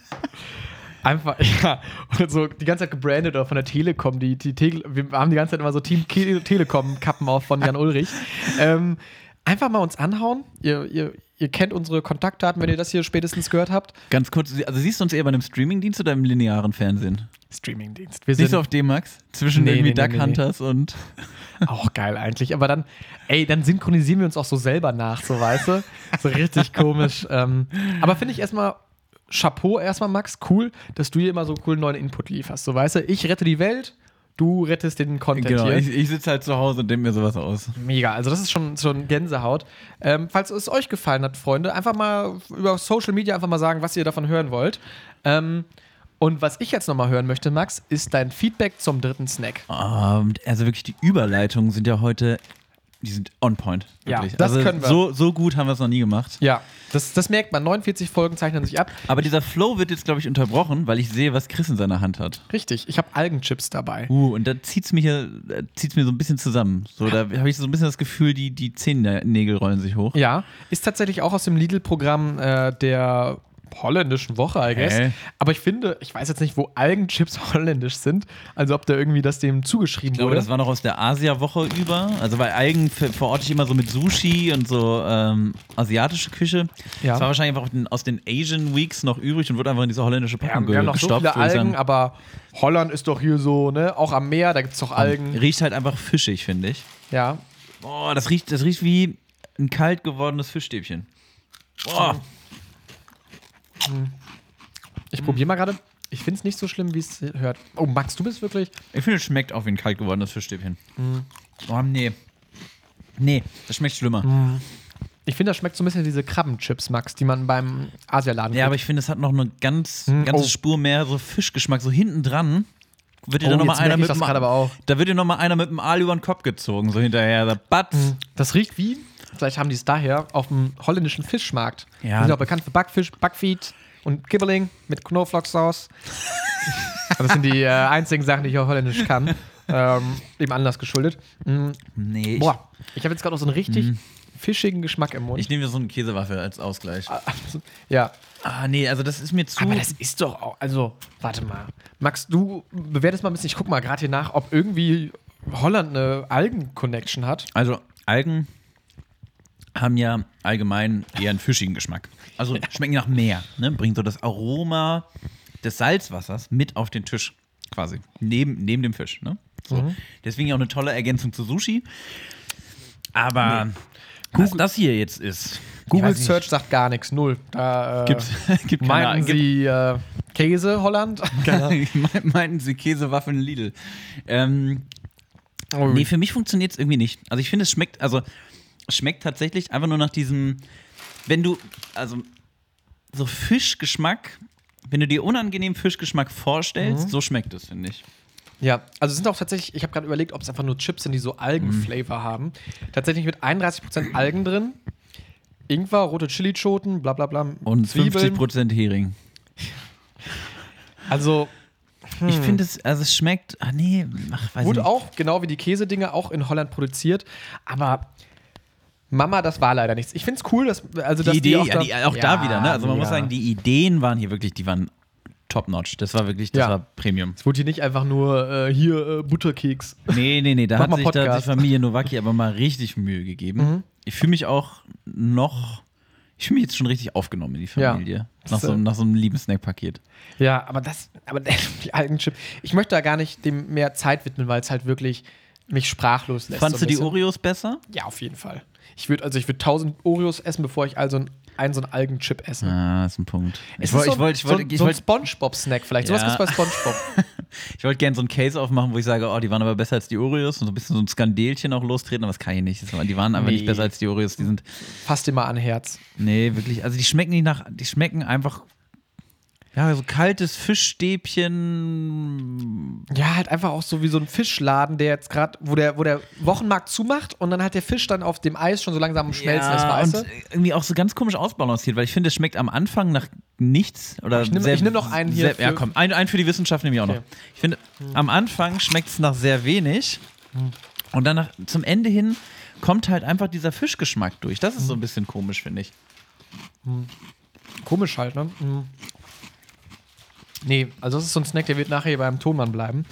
Einfach, ja. Und so die ganze Zeit gebrandet oder von der Telekom. Die, die Te- wir haben die ganze Zeit immer so Team Ke- Telekom-Kappen auf von Jan Ulrich. ähm, einfach mal uns anhauen. Ihr, ihr, ihr kennt unsere Kontaktdaten, wenn ihr das hier spätestens gehört habt. Ganz kurz, also siehst du uns eher bei einem Streamingdienst oder im linearen Fernsehen? Streamingdienst. Wir sind Nicht so auf D-Max? Zwischen nee, irgendwie nee, Duck nee, Hunters nee. und. Auch geil eigentlich. Aber dann, ey, dann synchronisieren wir uns auch so selber nach, so weißt du? So richtig komisch. Ähm, aber finde ich erstmal. Chapeau erstmal, Max, cool, dass du hier immer so coolen neuen Input lieferst. So, weißt du, ich rette die Welt, du rettest den Content genau, hier. Ich, ich sitze halt zu Hause und denke mir sowas aus. Mega, also das ist schon, schon Gänsehaut. Ähm, falls es euch gefallen hat, Freunde, einfach mal über Social Media einfach mal sagen, was ihr davon hören wollt. Ähm, und was ich jetzt nochmal hören möchte, Max, ist dein Feedback zum dritten Snack. Um, also wirklich, die Überleitungen sind ja heute, die sind on point. Wirklich. Ja, das also können wir. So, so gut haben wir es noch nie gemacht. Ja, das, das merkt man. neunundvierzig Folgen zeichnen sich ab. Aber dieser Flow wird jetzt, glaube ich, unterbrochen, weil ich sehe, was Chris in seiner Hand hat. Richtig, ich habe Algenchips dabei. Uh, und da zieht es mir, hier, zieht's mir so ein bisschen zusammen. So, da habe ich so ein bisschen das Gefühl, die, die Zehennägel rollen sich hoch. Ja, ist tatsächlich auch aus dem Lidl-Programm äh, der holländischen Woche, I guess. Hey. Aber ich finde, ich weiß jetzt nicht, wo Algenchips holländisch sind. Also ob da irgendwie das dem zugeschrieben ich glaube, wurde. Das war noch aus der Asia-Woche über. Also bei Algen ver- verorte ich immer so mit Sushi und so ähm, asiatische Küche. Ja. Das war wahrscheinlich einfach aus den Asian Weeks noch übrig und wurde einfach in diese holländische Packung ja, wir haben noch so gestopft. viele Algen, aber Holland ist doch hier so, ne? Auch am Meer, da gibt es doch Algen. Riecht halt einfach fischig, finde ich. Ja. Boah, das riecht, das riecht wie ein kalt gewordenes Fischstäbchen. Boah. Hm. Ich probiere mal gerade. Ich finde es nicht so schlimm, wie es hört. Oh, Max, du bist wirklich. Ich finde, es schmeckt auch wie ein kalt gewordenes Fischstäbchen. Mm. Oh, nee. Nee, das schmeckt schlimmer. Mm. Ich finde, das schmeckt so ein bisschen wie diese Krabbenchips, Max, die man beim Asialaden kriegt. Ja, aber ich finde, es hat noch eine ganz, mm. ganze oh. Spur mehr so Fischgeschmack. So hinten dran wird dir oh, dann noch mal einer mit das dem, aber auch. Da wird dir noch mal einer mit dem Aal über den Kopf gezogen, so hinterher. So, Batz. Das riecht wie Vielleicht haben die es daher auf dem holländischen Fischmarkt. Ja. Die sind auch bekannt für Backfisch, Backfeed und Kibbeling mit Knoblauchsauce. Das sind die äh, einzigen Sachen, die ich auch holländisch kann. Ähm, dem Anlass geschuldet. Mm. Nee. Boah, ich habe jetzt gerade noch so einen richtig Mm. fischigen Geschmack im Mund. Ich nehme mir so eine Käsewaffel als Ausgleich. Ja. Ah, nee, also das ist mir zu. Aber das ist doch auch, also, warte mal. Max, du bewertest mal ein bisschen, ich guck mal gerade hier nach, ob irgendwie Holland eine Algen-Connection hat. Also, Algen haben ja allgemein eher einen fischigen Geschmack. Also schmecken nach Meer, ne? Bringt so das Aroma des Salzwassers mit auf den Tisch quasi. Neben, neben dem Fisch, ne? So. Mhm. Deswegen auch eine tolle Ergänzung zu Sushi. Aber nee. was das hier jetzt ist. Google Search sagt gar nichts, null. Da äh, Gibt's, gibt meinten keine, sie äh, Käse, Holland? meinten sie Käsewaffeln Lidl. Ähm, Oh. Nee, für mich funktioniert es irgendwie nicht. Also ich finde, es schmeckt, also es schmeckt tatsächlich einfach nur nach diesem, wenn du, also so Fischgeschmack, wenn du dir unangenehmen Fischgeschmack vorstellst, Mhm. so schmeckt es, finde ich. Ja, also es sind auch tatsächlich, ich habe gerade überlegt, ob es einfach nur Chips sind, die so Algenflavor haben. Tatsächlich mit einunddreißig Prozent Algen drin, Ingwer, rote Chilischoten, bla bla bla. Und Zwiebeln. fünfzig Prozent Hering. Also hm. Ich finde es, also es schmeckt, ah nee, ach, weiß wurde nicht. auch, genau wie die Käsedinge, auch in Holland produziert. Aber Mama, das war leider nichts. Ich finde es cool, dass, also, dass Die Idee, die auch, ja, da, die, auch ja, da wieder, ne? Also man ja. muss sagen, die Ideen waren hier wirklich, die waren top-notch. Das war wirklich, das Ja. war Premium. Es wurde hier nicht einfach nur äh, hier äh, Butterkeks. Nee, nee, nee, da Mach hat mal sich da hat Podcast. die Familie Nowacki aber mal richtig Mühe gegeben. Mhm. Ich fühle mich auch noch, ich fühle mich jetzt schon richtig aufgenommen in die Familie. Ja. Nach, so, nach so einem lieben Snack-Paket. Ja, aber das, aber die Algenchip. Ich möchte da gar nicht dem mehr Zeit widmen, weil es halt wirklich mich sprachlos lässt. Fandst so du ein die bisschen. Oreos besser? Ja, auf jeden Fall. Ich würde also ich würde tausend Oreos essen, bevor ich also ein, einen so einen Algenchip esse. Ah, ist ein Punkt. Es Ich wollte, ist ich wollte, ich so, wollte, so, ich so ein wollte, SpongeBob-Snack vielleicht. Sowas Ja. gibt's bei SpongeBob. ich wollte gerne so einen Case aufmachen, wo ich sage, oh, die waren aber besser als die Oreos und so ein bisschen so ein Skandelchen auch lostreten, aber das kann ich nicht. Das war- Die waren aber Nee. nicht besser als die Oreos. Die sind, Fasst dir mal an Herz. nee, wirklich, also die schmecken nicht nach, die schmecken einfach, ja, so kaltes Fischstäbchen. Ja, halt einfach auch so wie so ein Fischladen, der jetzt gerade, wo der, wo der Wochenmarkt zumacht und dann halt der Fisch dann auf dem Eis schon so langsam am Schmelzen ist, Ja, weißt und du? irgendwie auch so ganz komisch ausbalanciert, weil ich finde, es schmeckt am Anfang nach nichts. Oder Ich nehm- sehr, ich nehm noch einen hier Sehr, ja, für- komm, einen, einen für die Wissenschaft nehme ich auch Okay. noch. Ich finde, am Anfang schmeckt es nach sehr wenig und dann nach, zum Ende hin kommt halt einfach dieser Fischgeschmack durch. Das ist so ein bisschen komisch, finde ich. Komisch halt, ne? Mhm. Nee, also das ist so ein Snack, der wird nachher hier beim Tonmann bleiben.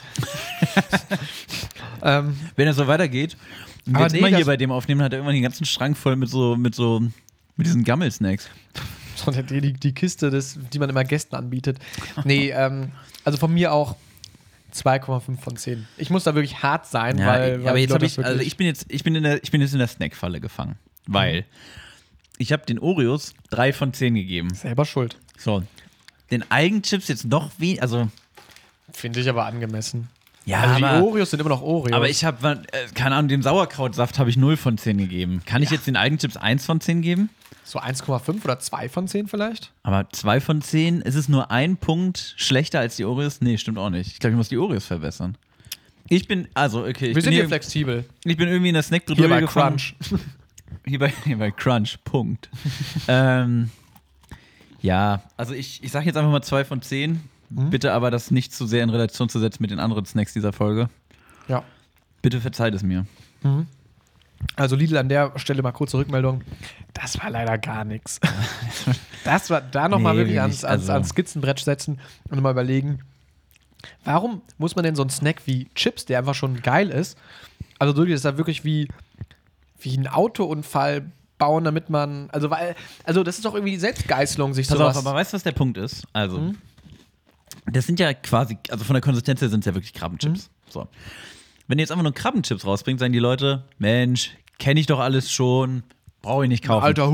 ähm, Wenn es so weitergeht, und wir Aber jetzt nee, immer hier das- bei dem aufnehmen, hat er irgendwann den ganzen Schrank voll mit so, mit so, mit diesen Gammelsnacks. so die, die, die Kiste, des, die man immer Gästen anbietet. Nee, ähm, also von mir auch zwei Komma fünf von zehn. Ich muss da wirklich hart sein, Ja, weil, weil aber die jetzt Leute habe das ich, also wirklich- ich bin jetzt, ich bin in der, ich bin jetzt in der Snackfalle gefangen, weil ich habe den Oreos drei von zehn gegeben. selber schuld. So, den Algenchips jetzt noch wie, also Finde ich aber angemessen. ja, Also die aber, Oreos sind immer noch Oreos. aber ich habe, äh, keine Ahnung, dem Sauerkrautsaft habe ich null von zehn gegeben. Kann ich jetzt den Algenchips eins von zehn geben? so eins Komma fünf oder zwei von zehn vielleicht? Aber zwei von zehn, ist es nur ein Punkt schlechter als die Oreos? Nee, stimmt auch nicht. Ich glaube, ich muss die Oreos verbessern. Ich bin, also, okay, ich, Wir bin, sind hier hier, flexibel. ich bin irgendwie in der Hier Snack-Bredouille bei gefangen. Crunch. Hier bei, hier bei Crunch, Punkt. ähm, ja, also ich, ich sage jetzt einfach mal zwei von zehn. Mhm. Bitte aber das nicht zu sehr in Relation zu setzen mit den anderen Snacks dieser Folge. Ja. Bitte verzeiht es mir. Also Lidl an der Stelle mal kurze Rückmeldung. Das war leider gar nichts. Das war da nochmal Nee, wirklich wirklich, ans, ans, also- ans Skizzenbrett setzen und mal überlegen, warum muss man denn so einen Snack wie Chips, der einfach schon geil ist, also wirklich, das ist da wirklich wie, wie ein Autounfall bauen, damit man, also weil, also das ist doch irgendwie Selbstgeißelung, sich Pass sowas. auf, aber weißt du, was der Punkt ist? Also, Mhm. das sind ja quasi, also von der Konsistenz her sind es ja wirklich Krabbenchips. Mhm. So. Wenn ihr jetzt einfach nur Krabbenchips rausbringt, sagen die Leute, Mensch, kenne ich doch alles schon, brauche ich nicht kaufen. Alter Hut.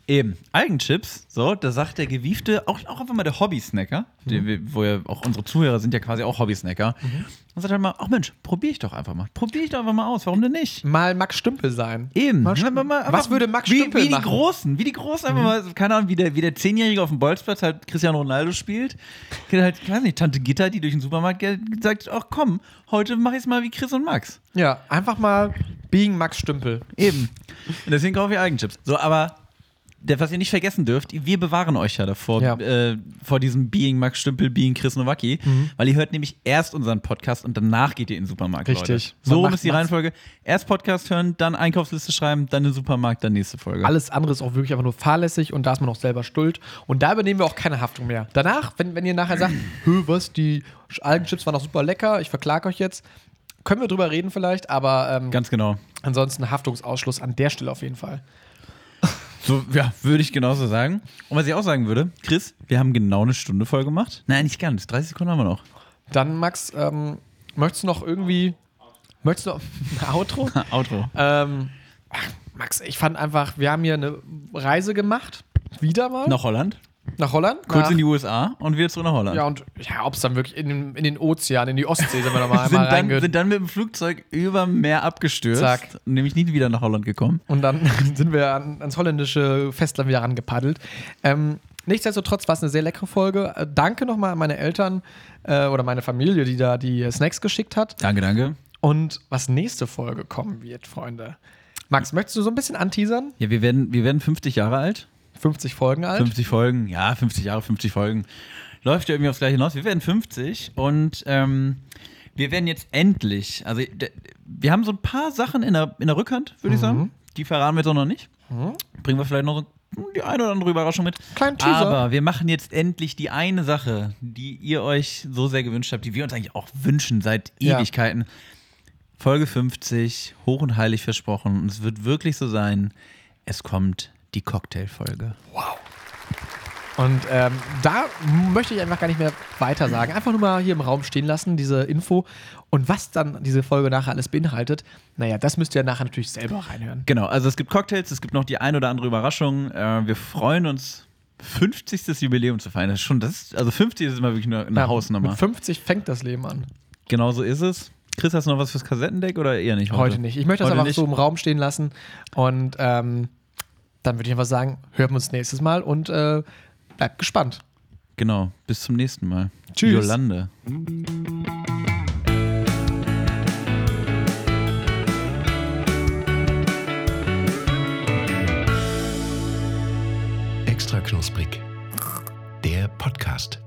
Eben, Algenchips, so, da sagt der gewiefte, auch, auch einfach mal der Hobby-Snacker, mhm. die, wo ja auch unsere Zuhörer sind ja quasi auch Hobby-Snacker, mhm. und sagt halt mal, ach Mensch, probier ich doch einfach mal, probier ich doch einfach mal aus, warum denn nicht? Mal Max Stümpel sein. Eben. Mal Stümpel. Mal, mal, Was würde Max wie, Stümpel wie die machen? Großen, wie die Großen, einfach mhm. mal, keine Ahnung, wie der, wie der Zehnjährige auf dem Bolzplatz halt Cristiano Ronaldo spielt, halt, ich weiß nicht, Tante Gitta, die durch den Supermarkt geht, sagt, ach komm, heute mach ich's mal wie Chris und Max. Ja, einfach mal being Max Stümpel. Eben. Und deswegen kaufe ich Algenchips. So, aber der, was ihr nicht vergessen dürft, wir bewahren euch ja davor, ja. Äh, vor diesem Being Max Stümpel, Being Chris Nowacki, mhm. weil ihr hört nämlich erst unseren Podcast und danach geht ihr in den Supermarkt, Richtig. Leute. So ist die Reihenfolge. Erst Podcast hören, dann Einkaufsliste schreiben, dann in den Supermarkt, dann nächste Folge. Alles andere ist auch wirklich einfach nur fahrlässig und da ist man auch selber schuld. Und da übernehmen wir auch keine Haftung mehr. Danach, wenn, wenn ihr nachher sagt, hö, was, die Algenchips waren doch super lecker, ich verklage euch jetzt, können wir drüber reden vielleicht, aber ähm, ganz genau. Ansonsten Haftungsausschluss an der Stelle auf jeden Fall. So, ja, würde ich genauso sagen. Und was ich auch sagen würde, Chris, wir haben genau eine Stunde voll gemacht. Nein, nicht ganz. dreißig Sekunden haben wir noch. Dann, Max, ähm, möchtest du noch irgendwie, möchtest du noch ein Outro? Outro. Ähm, ach, Max, ich fand einfach, wir haben hier eine Reise gemacht. Wieder mal. Nach Holland. Nach Holland? Kurz nach, in die U S A und wieder zurück nach Holland. Ja, und ja, ob es dann wirklich in den, in den Ozean, in die Ostsee sind wir nochmal einmal sind, dann, reinge- sind dann mit dem Flugzeug über Meer abgestürzt. Zack. Nämlich nie wieder nach Holland gekommen. Und dann sind wir an, ans holländische Festland wieder rangepaddelt. Ähm, nichtsdestotrotz war es eine sehr leckere Folge. Äh, danke nochmal an meine Eltern äh, oder meine Familie, die da die Snacks geschickt hat. Danke, danke. Und was nächste Folge kommen wird, Freunde. Max, möchtest du so ein bisschen anteasern? Ja, wir werden, wir werden fünfzig Jahre alt. fünfzig Folgen alt. fünfzig Folgen, ja, fünfzig Jahre, fünfzig Folgen. Läuft ja irgendwie aufs Gleiche hinaus. Wir werden fünfzig und ähm, wir werden jetzt endlich, also d- wir haben so ein paar Sachen in der, in der Rückhand, würde ich Mhm. sagen. Die verraten wir jetzt auch noch nicht. Mhm. Bringen wir vielleicht noch so die eine oder andere Überraschung mit. Kleinen Teaser. Aber wir machen jetzt endlich die eine Sache, die ihr euch so sehr gewünscht habt, die wir uns eigentlich auch wünschen seit Ja. Ewigkeiten. Folge fünfzig, hoch und heilig versprochen. Und es wird wirklich so sein, es kommt die Cocktailfolge. Wow. Und ähm, da möchte ich einfach gar nicht mehr weiter sagen. Einfach nur mal hier im Raum stehen lassen, diese Info. Und was dann diese Folge nachher alles beinhaltet, naja, das müsst ihr nachher natürlich selber reinhören. Genau, also es gibt Cocktails, es gibt noch die ein oder andere Überraschung. Äh, wir freuen uns, fünfzigstes Jubiläum zu feiern. Das ist schon, das ist, also fünfzig ist immer wirklich eine, eine Ja, Hausnummer. Mit fünfzig fängt das Leben an. Genau so ist es. Chris, hast du noch was fürs Kassettendeck oder eher nicht heute? Heute nicht. Ich möchte das Heute einfach nicht. so im Raum stehen lassen. Und ähm, dann würde ich einfach sagen, hören wir uns nächstes Mal und äh, bleibt gespannt. Genau, bis zum nächsten Mal. Tschüss. Jolande. Extra knusprig. Der Podcast.